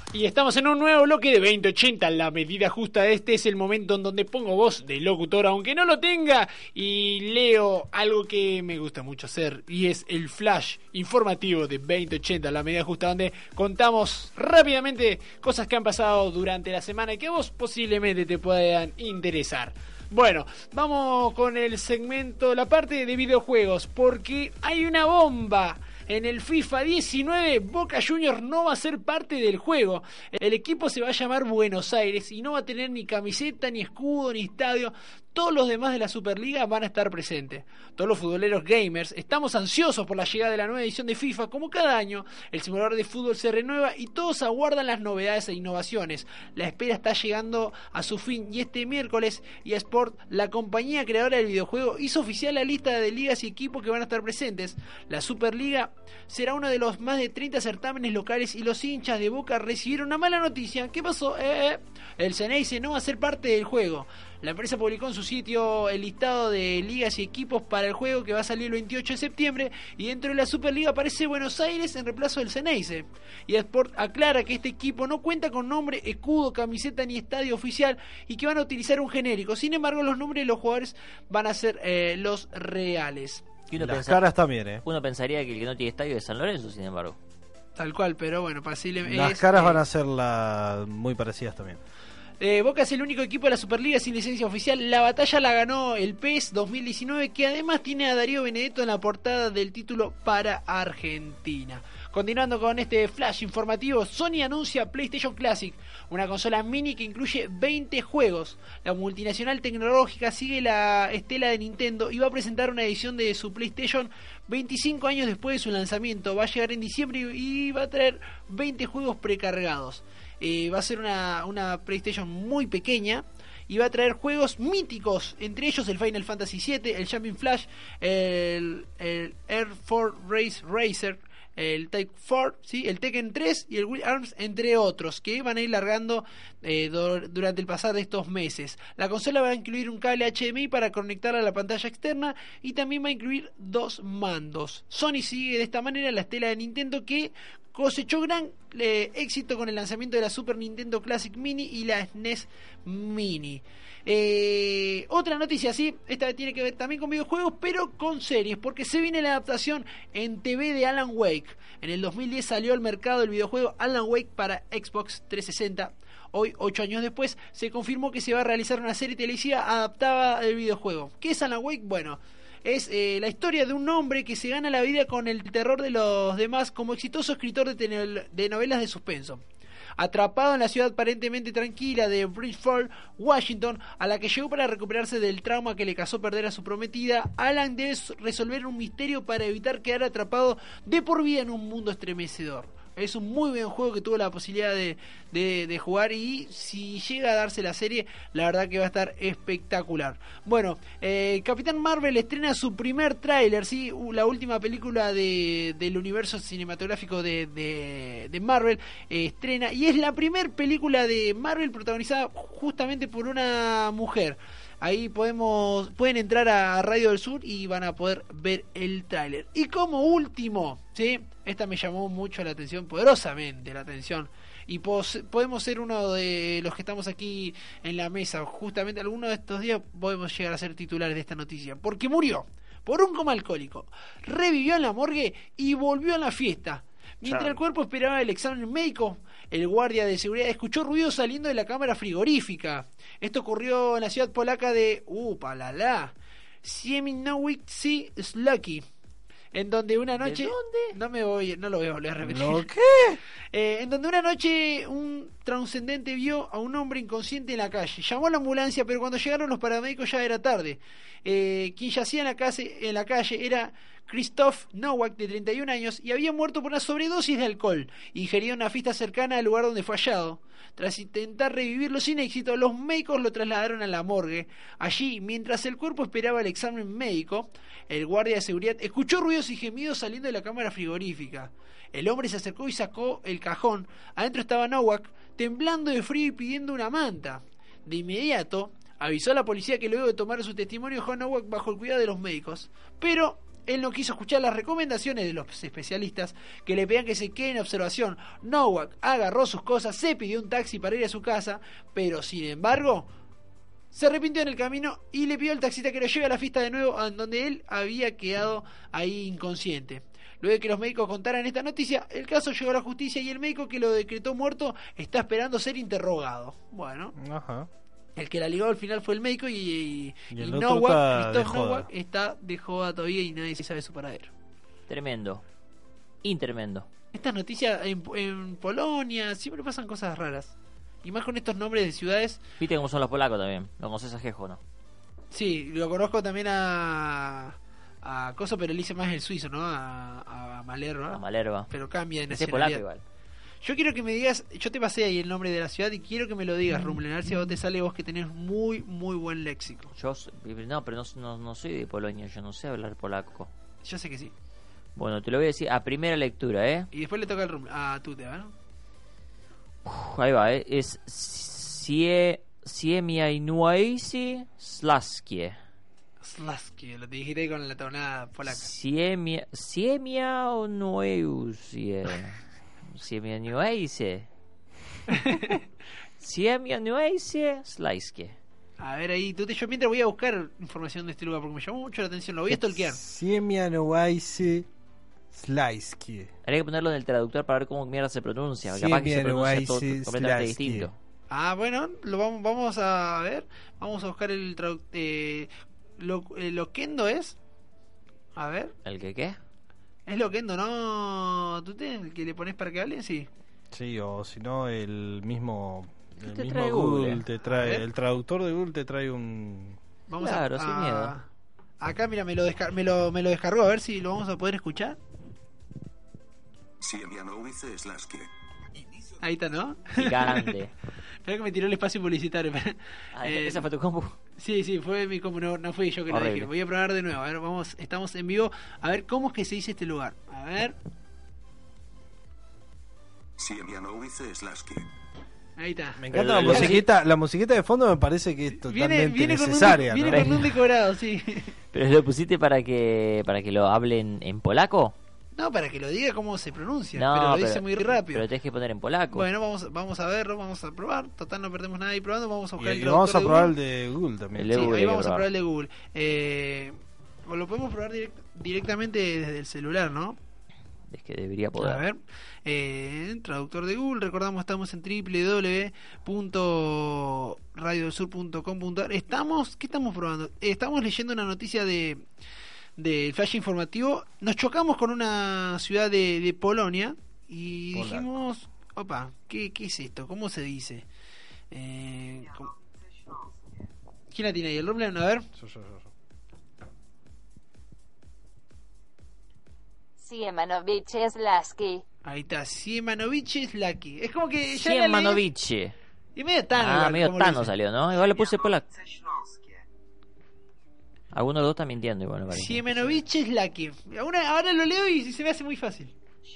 Y estamos en un nuevo bloque de veinte ochenta, la medida justa. Este es el momento en donde pongo voz de locutor, aunque no lo tenga, y leo algo que me gusta mucho hacer, y es el flash informativo de veinte ochenta, la medida justa, donde contamos rápidamente cosas que han pasado durante la semana y que a vos posiblemente te puedan interesar. Bueno, vamos con el segmento, la parte de videojuegos, porque hay una bomba. En el FIFA diecinueve, Boca Juniors no va a ser parte del juego. El equipo se va a llamar Buenos Aires y no va a tener ni camiseta, ni escudo, ni estadio. Todos los demás de la Superliga van a estar presentes. Todos los futboleros gamers estamos ansiosos por la llegada de la nueva edición de FIFA. Como cada año, el simulador de fútbol se renueva y todos aguardan las novedades e innovaciones. La espera está llegando a su fin y este miércoles eSport, la compañía creadora del videojuego, hizo oficial la lista de ligas y equipos que van a estar presentes. La Superliga será uno de los más de treinta certámenes locales y los hinchas de Boca recibieron una mala noticia. ¿Qué pasó? Eh, eh. El Ceneice no va a ser parte del juego. La empresa publicó en su sitio el listado de ligas y equipos para el juego que va a salir el veintiocho de septiembre, y dentro de la Superliga aparece Buenos Aires en reemplazo del Ceneice. Y eSport aclara que este equipo no cuenta con nombre, escudo, camiseta ni estadio oficial y que van a utilizar un genérico. Sin embargo, los nombres de los jugadores van a ser eh, los reales. Y uno Las pensa- caras también, ¿eh? Uno pensaría que el que no tiene estadio es San Lorenzo, sin embargo. Tal cual, pero bueno, posiblemente Las es, caras eh, van a ser la... muy parecidas también. Eh, Boca es el único equipo de la Superliga sin licencia oficial. La batalla la ganó el P E S dos mil diecinueve, que además tiene a Darío Benedetto en la portada del título para Argentina. Continuando con este flash informativo, Sony anuncia PlayStation Classic, una consola mini que incluye veinte juegos. La multinacional tecnológica sigue la estela de Nintendo y va a presentar una edición de su PlayStation veinticinco años después de su lanzamiento. Va a llegar en diciembre y va a traer veinte juegos precargados. Eh, va a ser una, una PlayStation muy pequeña y va a traer juegos míticos, entre ellos el Final Fantasy siete, el Jumping Flash, el, el Air Force Race Racer, el Type cuatro, ¿sí? El Tekken tres y el Wii Arms, entre otros, que van a ir largando eh, do, durante el pasar de estos meses. La consola va a incluir un cable H D M I para conectarla a la pantalla externa y también va a incluir dos mandos. Sony sigue de esta manera la estela de Nintendo, que cosechó gran eh, éxito con el lanzamiento de la Super Nintendo Classic Mini y la S N E S Mini. Eh, otra noticia, sí, esta tiene que ver también con videojuegos, pero con series, porque se viene la adaptación en T V de Alan Wake. En el dos mil diez salió al mercado el videojuego Alan Wake para Xbox trescientos sesenta. Hoy, ocho años después, se confirmó que se va a realizar una serie televisiva adaptada del videojuego. ¿Qué es Alan Wake? Bueno, es eh, la historia de un hombre que se gana la vida con el terror de los demás como exitoso escritor de, tenel- de novelas de suspenso. Atrapado en la ciudad aparentemente tranquila de Bridgeport, Washington, a la que llegó para recuperarse del trauma que le causó perder a su prometida, Alan debe resolver un misterio para evitar quedar atrapado de por vida en un mundo estremecedor. Es un muy buen juego que tuve la posibilidad de, de, de jugar, y si llega a darse la serie, la verdad que va a estar espectacular. Bueno, eh, Capitán Marvel estrena su primer tráiler, ¿sí? La última película de, del universo cinematográfico de, de, de Marvel eh, estrena, y es la primer película de Marvel protagonizada justamente por una mujer. Ahí podemos pueden entrar a Radio del Sur y van a poder ver el tráiler. Y como último, ¿sí? Esta me llamó mucho la atención, poderosamente la atención. Y pos, podemos ser uno de los que estamos aquí en la mesa. Justamente alguno de estos días podemos llegar a ser titulares de esta noticia. Porque murió por un coma alcohólico, revivió en la morgue y volvió a la fiesta. Mientras Chau. el cuerpo esperaba el examen médico, el guardia de seguridad escuchó ruido saliendo de la cámara frigorífica. Esto ocurrió en la ciudad polaca de Upalala, Siemianowice Slucky, en donde una noche... ¿De dónde? No me voy, no lo voy a volver a repetir. ¿Lo qué? Eh, en donde una noche un trascendente vio a un hombre inconsciente en la calle. Llamó a la ambulancia, pero cuando llegaron los paramédicos ya era tarde. Eh, quien yacía en la, calle, en la calle era Christoph Nowak, de treinta y un años, y había muerto por una sobredosis de alcohol, ingerido en una fiesta cercana al lugar donde fue hallado. Tras intentar revivirlo sin éxito, los médicos lo trasladaron a la morgue. Allí, mientras el cuerpo esperaba el examen médico, el guardia de seguridad escuchó ruidos y gemidos saliendo de la cámara frigorífica. El hombre se acercó y sacó el cajón. Adentro estaba Nowak, temblando de frío y pidiendo una manta. De inmediato, avisó a la policía, que luego de tomar su testimonio dejó a Nowak bajo el cuidado de los médicos. Pero él no quiso escuchar las recomendaciones de los especialistas que le pedían que se quede en observación. Nowak agarró sus cosas, se pidió un taxi para ir a su casa, pero sin embargo se arrepintió en el camino y le pidió al taxista que lo lleve a la fiesta de nuevo, en donde él había quedado ahí inconsciente. Luego de que los médicos contaran esta noticia, el caso llegó a la justicia y el médico que lo decretó muerto está esperando ser interrogado. Bueno, Ajá. el que la ligó al final fue el médico y, y, Y el y otro Nowak, está de Christoph joda. Nowak está de joda todavía y nadie sabe su paradero. Tremendo. Intermendo. Estas noticias en, en Polonia siempre pasan cosas raras. Y más con estos nombres de ciudades. Viste cómo son los polacos también. ¿Lo conoces a Jejo, no? Sí, lo conozco también a a Coso, pero le hice más el suizo, ¿no? A, a Malerva. A Malerva. Pero cambia de Ese polaco nacionalidad. igual. Yo quiero que me digas, yo te pasé ahí el nombre de la ciudad y quiero que me lo digas, Rumblen, a ver si a vos te sale, vos que tenés muy, muy buen léxico. Yo, s- no, pero no, no, no soy de Polonia, yo no sé hablar polaco. Yo sé que sí. Bueno, te lo voy a decir a primera lectura, ¿eh? Y después le toca el Rumblen. Ah, tú te vas, ¿no? Uf, ahí va, ¿eh? Es Sie, Siemianuaisi Slaskie. Slasky, lo dijiste ahí con la tonada polaca. Siemia, Siemianuaisi. Siemianuaisi. Siemianuaisi Slaskie. A ver ahí, tú te, yo mientras voy a buscar información de este lugar porque me llamó mucho la atención, lo voy a stalkear. Siemianowaisi Slaisky. Habría que ponerlo en el traductor para ver cómo mierda se pronuncia. Capaz que se pronuncia todo Siemianuaisi completamente Slasky. distinto. Ah, bueno, lo vamos, vamos a ver, vamos a buscar el tradu eh, lo, eh, Loquendo es. A ver, ¿El que qué? es Loquendo, ¿no? ¿Tú tienes el que le pones para que hablen? Sí. Sí, o si no, el mismo, el te mismo trae Google, Google. te A trae, ver. el traductor de Google te trae un... Vamos Claro, a, sin a- miedo. Acá, mira, me lo, descar me, lo, me lo descargó, a ver si lo vamos a poder escuchar. Siemianowice Slaskie. Ahí está, ¿no? Picante. Espera que me tiró el espacio publicitario. Ah, Eh, ¿esa fue tu compu? Sí, sí, fue mi como no, no fui yo que lo Horrible. dije. Voy a probar de nuevo. A ver, vamos, estamos en vivo. A ver cómo es que se dice este lugar. A ver, Siemianowice Slaskie. ahí está. Me Pero encanta la lo- musiquita, la musiquita de fondo me parece que es Viene, totalmente viene, con un, necesaria, viene ¿no? con un decorado, sí. ¿Pero lo pusiste para que para que lo hablen en polaco? No, para que lo diga cómo se pronuncia. No, pero lo pero, dice muy rápido. Pero tenés que poner en polaco. Bueno, vamos, vamos a verlo, vamos a probar. Total, no perdemos nada ahí probando. Vamos a buscar Y, el y vamos a traductor de probar el Google. de Google también. El de Sí, Google ahí hay que vamos a probar. probar el de Google. Eh, o lo podemos probar direct- directamente desde el celular, ¿no? Es que debería poder. A ver, eh, traductor de Google, recordamos estamos en doble u doble u doble u punto radio del sur punto com punto a r. Estamos, ¿qué estamos probando? Eh, estamos leyendo una noticia de del flash informativo. Nos chocamos con una ciudad de, de Polonia y Polaco. dijimos, opa, ¿qué, ¿qué es esto? ¿Cómo se dice? Eh, ¿cómo? ¿Quién la tiene ahí? ¿El Rumblen? A ver. Yo, yo, yo, yo. Siemanowice Slasky. Ahí está, Siemanowice Slasky. Es como que ya la leí- Siemanowice. Y medio Tano. Ah, igual, medio como lo Tano dice. salió, ¿no? Igual le puse polaco. Alguno de los dos está mintiendo igual, me parece. Siemanowice Slasky. Ahora, ahora lo leo y se me hace muy fácil.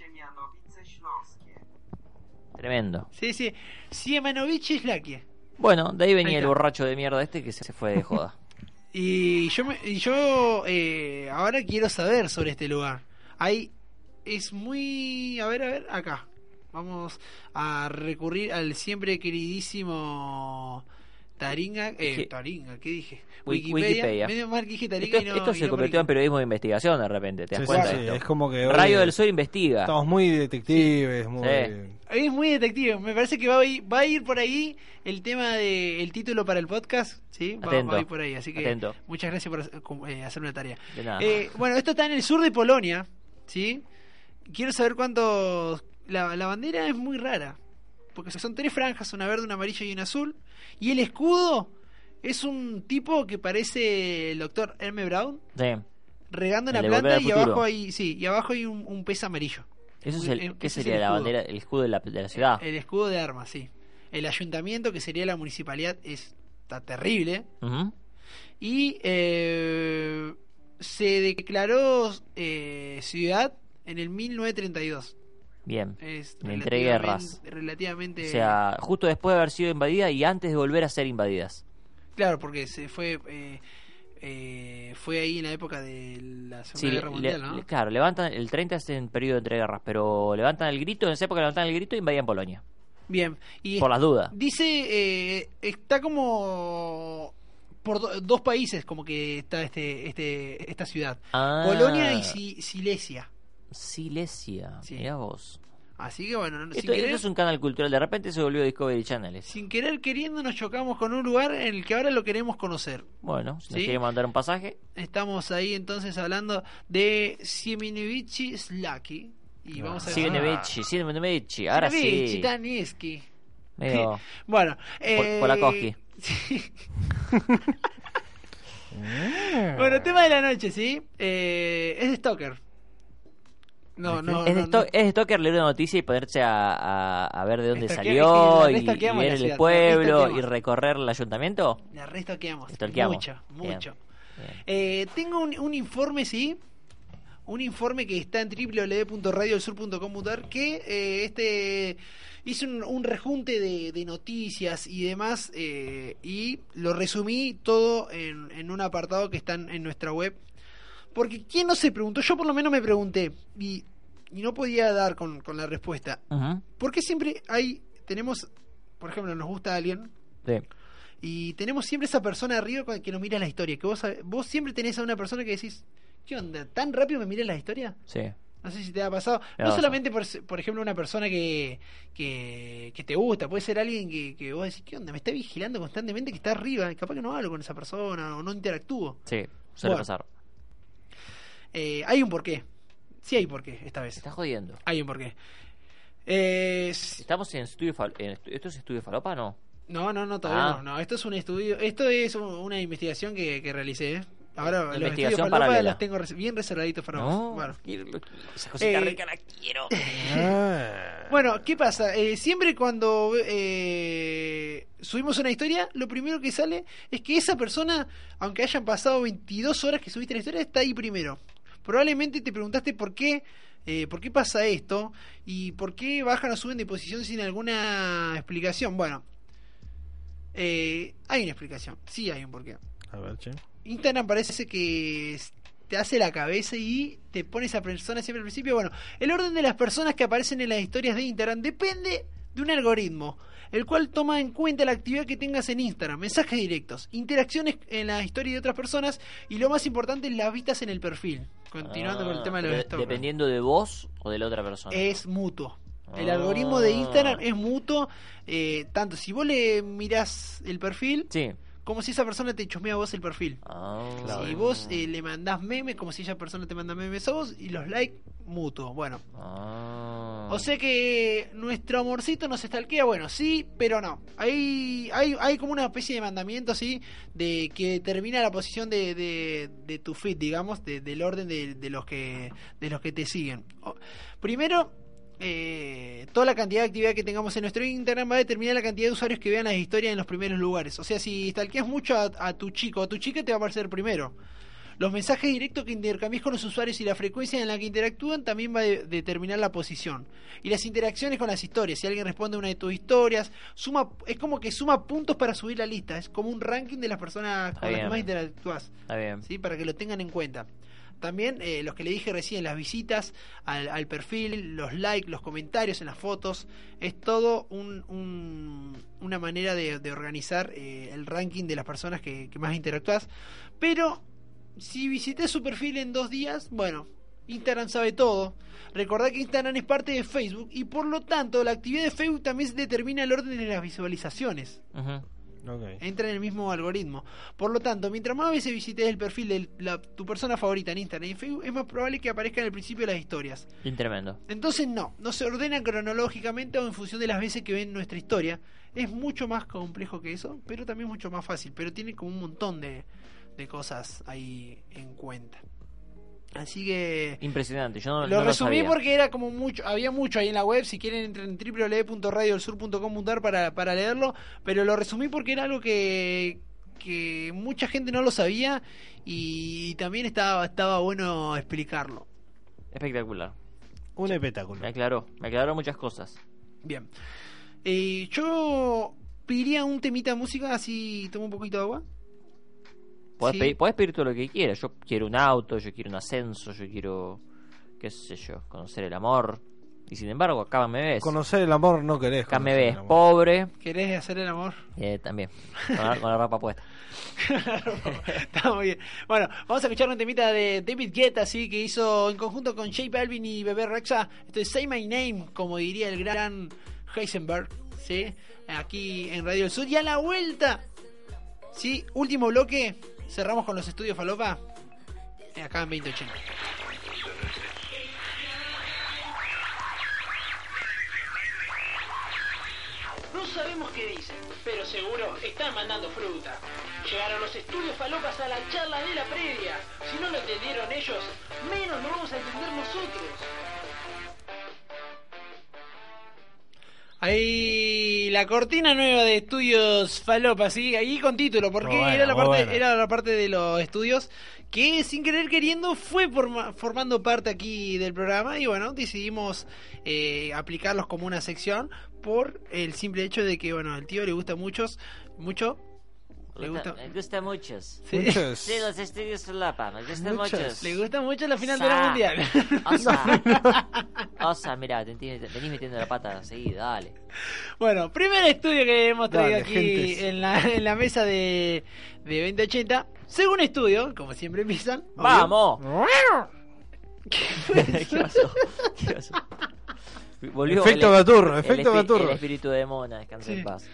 Tremendo. Sí, sí. Siemanowice Slasky. Bueno, de ahí venía Ahí el está. borracho de mierda este que se fue de joda. Y yo, me- y yo eh, ahora quiero saber sobre este lugar. Hay, es muy... A ver, a ver, acá. Vamos a recurrir al siempre queridísimo Taringa. Eh, ¿Qué? Taringa, ¿qué dije? Wiki- Wikipedia. Wikipedia. Medio mal que dije Taringa Esto, y no, esto y se no convirtió en por periodismo de investigación de repente, ¿te das Sí, cuenta? sí, de sí, esto? es como que hoy Radio del Sur investiga. estamos muy detectives, muy... Sí. Es muy detective. Me parece que va a ir, va a ir por ahí el tema de el título para el podcast. Sí, va, Atento. va a ir por ahí. Así que Atento. muchas gracias por hacer- com- eh, hacerme la tarea. De nada. Eh, bueno, esto está en el sur de Polonia. ¿Sí? Quiero saber cuántos. La, la bandera es muy rara. Porque son tres franjas: una verde, una amarilla y una azul. Y el escudo es un tipo que parece el doctor Herme Brown Sí. regando El una de planta Volver al y Futuro. abajo hay sí y abajo hay un, un pez amarillo. Eso es Eh, el, ¿Qué ese es sería el la escudo. bandera, el escudo de la, de la ciudad? El escudo de armas, sí. El ayuntamiento, que sería la municipalidad, es, está terrible. Ujú. Y eh, se declaró eh, ciudad en el mil novecientos treinta y dos. Bien. Es De entreguerras. relativamente- Relativamente. O sea, justo después de haber sido invadida y antes de volver a ser invadidas. Claro, porque se fue. Eh, eh, fue ahí en la época de la Segunda Sí, Guerra le- Mundial, le- ¿no? claro, levantan el treinta es en periodo de entreguerras, pero levantan el grito, en esa época levantan el grito y invadían Polonia. Bien. Y Por las dudas. dice, eh, está como por do- dos países como que está este, este, esta ciudad. Ah. Polonia y Si- Silesia. Silesia, Sí. mirá vos. Así que bueno, sin Esto, querer, esto es un canal cultural, de repente se volvió Discovery Channel. esto. sin querer queriendo nos chocamos con un lugar en el que ahora lo queremos conocer. Bueno, si nos ¿Sí? quiere mandar un pasaje, Estamos ahí entonces hablando de Siemianovici Slaki. Y vamos a ver. Siemianovici, Siemianovici, ahora Siemianovici, sí. Danieski. Medio Bueno, eh, Polakoski. sí. Bueno, tema de la noche, ¿sí? Eh, es de Stalker. No, no, es, de no, sto- no. es de Stalker leer una noticia y ponerse a, a, a ver de dónde Estaquea- salió es que la y, y restaqueamos ver la el ciudad, la pueblo restaqueamos. y recorrer el ayuntamiento. La restoqueamos. Stalkeamos. Mucho, Bien, mucho. bien. Eh, tengo un, un informe, sí. Un informe que está en doble u doble u doble u punto radio del sur punto com punto a r que eh, este hice un, un rejunte de, de noticias y demás eh, y lo resumí todo en, en un apartado que está en, en nuestra web. Porque ¿quién no se preguntó? Yo por lo menos me pregunté y, y no podía dar con, con la respuesta. Ujú. ¿Por qué siempre hay, tenemos, por ejemplo, nos gusta alguien Sí. y tenemos siempre esa persona arriba con- que nos mira la historia? Que vos, sabe- vos siempre tenés a una persona que decís, ¿qué onda? ¿Tan rápido me miras la historia? Sí. No sé si te ha pasado. Me no ha pasado. solamente por, por ejemplo una persona que, que, que te gusta, puede ser alguien que, que vos decís, ¿qué onda? Me está vigilando constantemente que está arriba, y capaz que no hablo con esa persona o no interactúo. Sí, suele Bueno. pasar. Eh, hay un porqué. Sí hay porqué esta Se vez. está jodiendo. Hay un porqué. Eh, s- ¿Estamos en estudio fal- en estu- ¿Esto es estudio falopa no? no, no, no, todavía Ah. no, no. Esto es un estudio, esto es un- una investigación que, que realicé. ¿eh? Ahora los Investigación estudios falopa paralela. los tengo res- bien reservaditos para No, vos. Bueno. quiero- esa cosita Eh, rica la quiero. Bueno, ¿qué pasa? Eh, siempre cuando eh, subimos una historia, lo primero que sale es que esa persona, aunque hayan pasado veintidós horas que subiste la historia, está ahí primero. Probablemente te preguntaste por qué, eh, por qué pasa esto y por qué bajan o suben de posición sin alguna explicación. Bueno, eh, hay una explicación, sí hay un porqué. A ver, che. Instagram parece que te hace la cabeza y te pone esa persona siempre al principio. Bueno, el orden de las personas que aparecen en las historias de Instagram depende de un algoritmo, el cual toma en cuenta la actividad que tengas en Instagram, mensajes directos, interacciones en la historia de otras personas y lo más importante, las vistas en el perfil. Continuando con el Ah, tema de pero los stalkers. dependiendo de vos o de la otra persona. Es mutuo. El Ah. algoritmo de Instagram es mutuo, eh, tanto si vos le mirás el perfil, Sí. como si esa persona te chusmea a vos el perfil. Ah. Si vos eh, le mandás memes, como si esa persona te manda memes a vos, y los likes mutuos. Bueno, Ah. o sea que nuestro amorcito nos estalquea, bueno, sí, pero no. Hay, hay, hay como una especie de mandamiento, ¿sí? De que determina la posición de, de, de tu feed, digamos, de- del orden de, de los que de los que te siguen. O- Primero, eh, toda la cantidad de actividad que tengamos en nuestro Instagram va a determinar la cantidad de usuarios que vean las historias en los primeros lugares. O sea, si stalkeas mucho a, a tu chico o a tu chica, te va a aparecer primero. Los mensajes directos que intercambies con los usuarios y la frecuencia en la que interactúan también va a de- determinar la posición. Y las interacciones con las historias. Si alguien responde a una de tus historias, suma es como que suma puntos para subir la lista. Es como un ranking de las personas con Está las que bien. más interactúas. Está bien. ¿Sí? Para que lo tengan en cuenta. También eh, los que le dije recién, las visitas al, al perfil, los likes, los comentarios en las fotos, es todo un, un- una manera de, de organizar eh, el ranking de las personas que, que más interactúas. Pero si visité su perfil en dos días, bueno, Instagram sabe todo. Recordá que Instagram es parte de Facebook y por lo tanto la actividad de Facebook también determina el orden de las visualizaciones. Ujú. Ok. Entra en el mismo algoritmo. Por lo tanto, mientras más veces visites el perfil de la- tu persona favorita en Instagram y en Facebook, es más probable que aparezca en el principio de las historias. Bien tremendo. Entonces no, no se ordena cronológicamente o en función de las veces que ven nuestra historia. Es mucho más complejo que eso, pero también mucho más fácil. Pero tiene como un montón de, de cosas ahí en cuenta. Así que Impresionante. Yo no lo no resumí sabía. porque era como mucho, había mucho ahí en la web. Si quieren entren en doble u doble u doble u punto radio del sur punto com punto a r para, para leerlo, pero lo resumí porque era algo que, que mucha gente no lo sabía y también estaba, estaba bueno explicarlo. Espectacular. Un espectáculo. Me aclaró. Me aclaró muchas cosas. Bien, eh, yo pediría un temita de música, así tomo un poquito de agua. Podés, Sí. pedir, podés pedir todo lo que quieras. Yo quiero un auto, yo quiero un ascenso, yo quiero, qué sé yo, conocer el amor. Y sin embargo, acá me ves. Conocer el amor no querés. Acá me conocer ves el amor. pobre. ¿Querés hacer el amor? Eh, también, con la, con la ropa puesta. Está muy bien. Bueno, vamos a escuchar un temita de David Guetta, así que hizo en conjunto con J Balvin y Bebe Rexha. Esto es Say My Name, como diría el gran Heisenberg, ¿sí? Aquí en Radio del Sur. Y a la vuelta, ¿sí? Último bloque, cerramos con los estudios Falopa, acá en veinte ochenta. No sabemos qué dicen, pero seguro están mandando fruta. Llegaron los estudios Falopas a la charla de la previa. Si no lo entendieron ellos, menos lo vamos a entender nosotros. Ahí la cortina nueva de estudios Falopa, ¿sí? Ahí con título, porque Muy buena, era, la muy parte, buena. era la parte de los estudios que sin querer queriendo fue forma- formando parte aquí del programa y bueno, decidimos eh, aplicarlos como una sección por el simple hecho de que, bueno, al tío le gusta muchos, mucho. Le gusta, Me gusta muchos. sí, Muchos. Sí, los estudios Solapa, me gustan Muchos. muchos. le gusta mucho la final de Sa. la mundial. Osa, Osa, mirá, te enti- venís metiendo la pata seguida, dale. Bueno, primer estudio que hemos traído Dale, aquí gentes. en la, en la mesa de, de veinte ochenta. Según estudio, como siempre empiezan. obvio. ¡Vamos! ¿Qué ¿Qué pasó? ¿Qué pasó? Volvió Efecto el- Gaturro, el efecto espi- Gaturro. El espíritu de Mona, descansa Sí. en paz.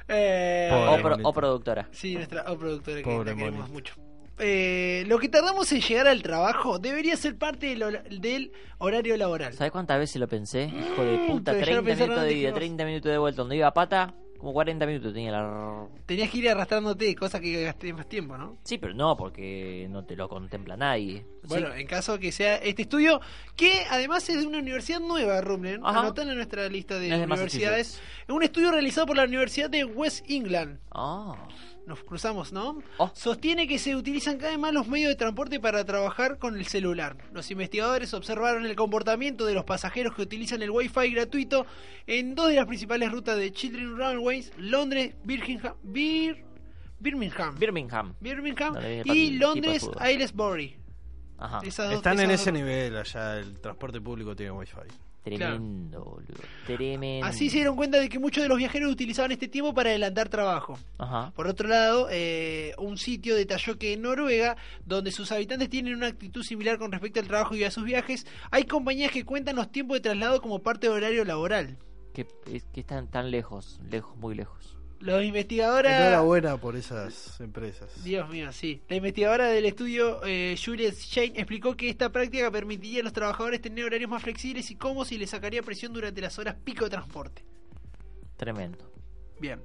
Eh, O, Pobre pro- monito. o productora. Sí, nuestra oh, productora que Pobre la queremos monito. mucho. Eh, lo que tardamos en llegar al trabajo debería ser parte del, hora- del horario laboral. ¿Sabes cuántas veces lo pensé? Hijo de puta, pero ya lo treinta pensaron minutos de antes ida, que vos. treinta minutos de vuelta. Donde iba a pata, como cuarenta minutos tenía la... Tenías que ir arrastrándote, cosa que gasté más tiempo, ¿no? Sí, pero no, porque no te lo contempla nadie. Bueno, Sí. en caso que sea este estudio, que además es de una universidad nueva, Rumlen, Ajá. anotan en nuestra lista de Es de universidades, es un estudio realizado por la Universidad de West England. Ah, Nos cruzamos, ¿no? Oh. Sostiene que se utilizan cada vez más los medios de transporte para trabajar con el celular. Los investigadores observaron el comportamiento de los pasajeros que utilizan el Wi-Fi gratuito en dos de las principales rutas de Children Railways, Londres, Birmingham, Bir- Birmingham, Birmingham. Birmingham Donde viene el y partido- equipo de Londres, fútbol. Aylesbury. Ajá. Esas dos- Están en esas ese dos- nivel allá, el transporte público tiene wifi. Tremendo, boludo. Tremendo. Así se dieron cuenta de que muchos de los viajeros utilizaban este tiempo para adelantar trabajo. Ajá. Por otro lado, eh, un sitio detalló que en Noruega, donde sus habitantes tienen una actitud similar con respecto al trabajo y a sus viajes, hay compañías que cuentan los tiempos de traslado como parte del horario laboral. Que, es- que están tan lejos, lejos, muy lejos. Los investigadores... Enhorabuena por esas empresas. Dios mío, sí. La investigadora del estudio, eh, Juliet Shane, explicó que esta práctica permitiría a los trabajadores tener horarios más flexibles y cómodos y les sacaría presión durante las horas pico de transporte. Tremendo. Bien.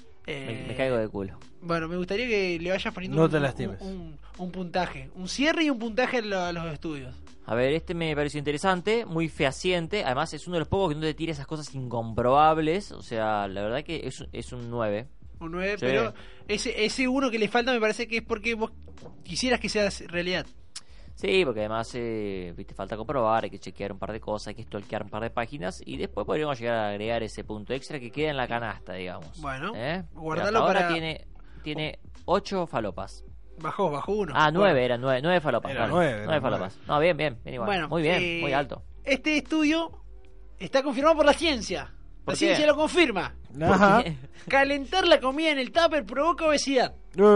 Me, Eh, me caigo de culo. Bueno, me gustaría que le vayas poniendo No un, te un- lastimes. un- un puntaje, un cierre y un puntaje a, lo- a los estudios. A ver, este me pareció interesante, muy fehaciente. Además, es uno de los pocos que no te tira esas cosas incomprobables. O sea, la verdad que es, es un nueve. Un nueve, Sí. pero ese, ese uno que le falta me parece que es porque vos quisieras que sea realidad. Sí, porque además, eh, viste, falta comprobar, hay que chequear un par de cosas, hay que stalkear un par de páginas. Y después podríamos llegar a agregar ese punto extra que queda en la canasta, digamos. Bueno, ¿Eh? guardalo Hasta ahora para- tiene, tiene ocho falopas. Bajó, bajó uno. Ah, nueve, Bueno. eran nueve, nueve falopas. Era vale. nueve, Nueve era falopas. No, bien, bien, bien igual. Bueno, muy bien, eh, muy alto. Este estudio está confirmado por la ciencia. La ¿Por qué? ciencia lo confirma. Ajá. Calentar la comida en el tupper provoca obesidad.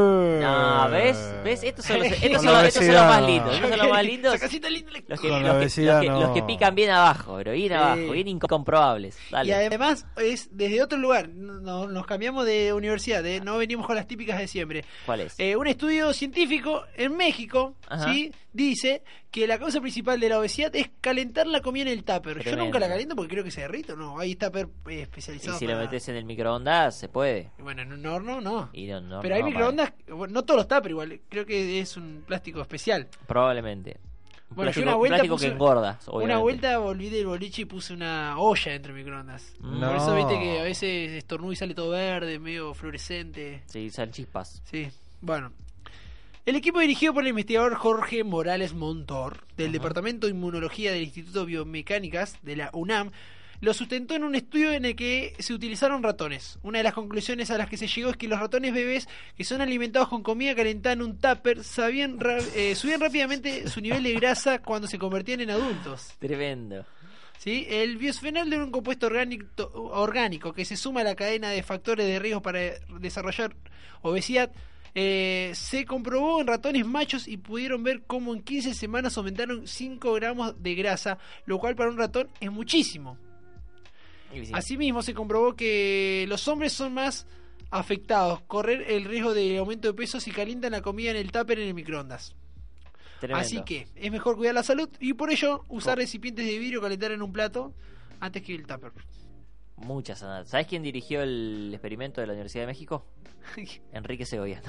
No, ¿ves? ¿Ves? Estos son los, estos Con son la los, estos son los obesidad, más no. lindos. Estos son los más lindos. Esa casita linda le- Los que, Con la los, que, obesidad, los, que, los que no. pican bien abajo, pero bien Sí. abajo, bien incomprobables. Dale. Y además es desde otro lugar. No- nos cambiamos de universidad, ¿eh? No venimos con las típicas de siempre. ¿Cuál es? Eh, un estudio científico en México, Ajá. ¿sí? Dice que la causa principal de la obesidad es calentar la comida en el tupper. Yo Tremendo. nunca la caliento porque creo que se derrite, ¿no? Hay tupper eh, Y especializados. si lo para- metes en el microondas, se puede. Bueno, en un horno no. Y no, no, Pero hay no, microondas, bueno, no todos los tupper igual, creo que es un plástico especial. vale. Probablemente. Un Bueno, yo plástico, una vuelta plástico puse- que engorda. Una obviamente. vuelta volví del boliche y puse una olla dentro del microondas. No. Por eso viste que a veces estornudo y sale todo verde, medio fluorescente. Sí, salen chispas. Sí, bueno. El equipo dirigido por el investigador Jorge Morales Montor, del Ajá. Departamento de Inmunología del Instituto Biomecánicas de la UNAM, lo sustentó en un estudio en el que se utilizaron ratones. Una de las conclusiones a las que se llegó es que los ratones bebés que son alimentados con comida calentada en un tupper sabían ra- eh, subían rápidamente su nivel de grasa cuando se convertían en adultos. Tremendo. ¿Sí? El biosfenol era un compuesto orgánico, orgánico que se suma a la cadena de factores de riesgo para desarrollar obesidad. Eh, se comprobó en ratones machos y pudieron ver cómo en quince semanas aumentaron cinco gramos de grasa, lo cual para un ratón es muchísimo. Y sí. Asimismo se comprobó que los hombres son más afectados, correr el riesgo de aumento de peso si calientan la comida en el tupper en el microondas. Tremendo. Así que es mejor cuidar la salud y por ello usar Oh. recipientes de vidrio, calentar en un plato antes que el tupper. Muchas anadas. ¿Sabes quién dirigió el experimento de la Universidad de México? Enrique Segoviano.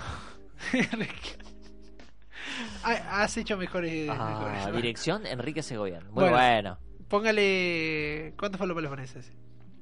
Ha- Has hecho mejores. Ah, mejores. dirección Enrique Segoviano. Muy Bueno. bueno. Póngale. ¿Cuántos falopas le pones a ese?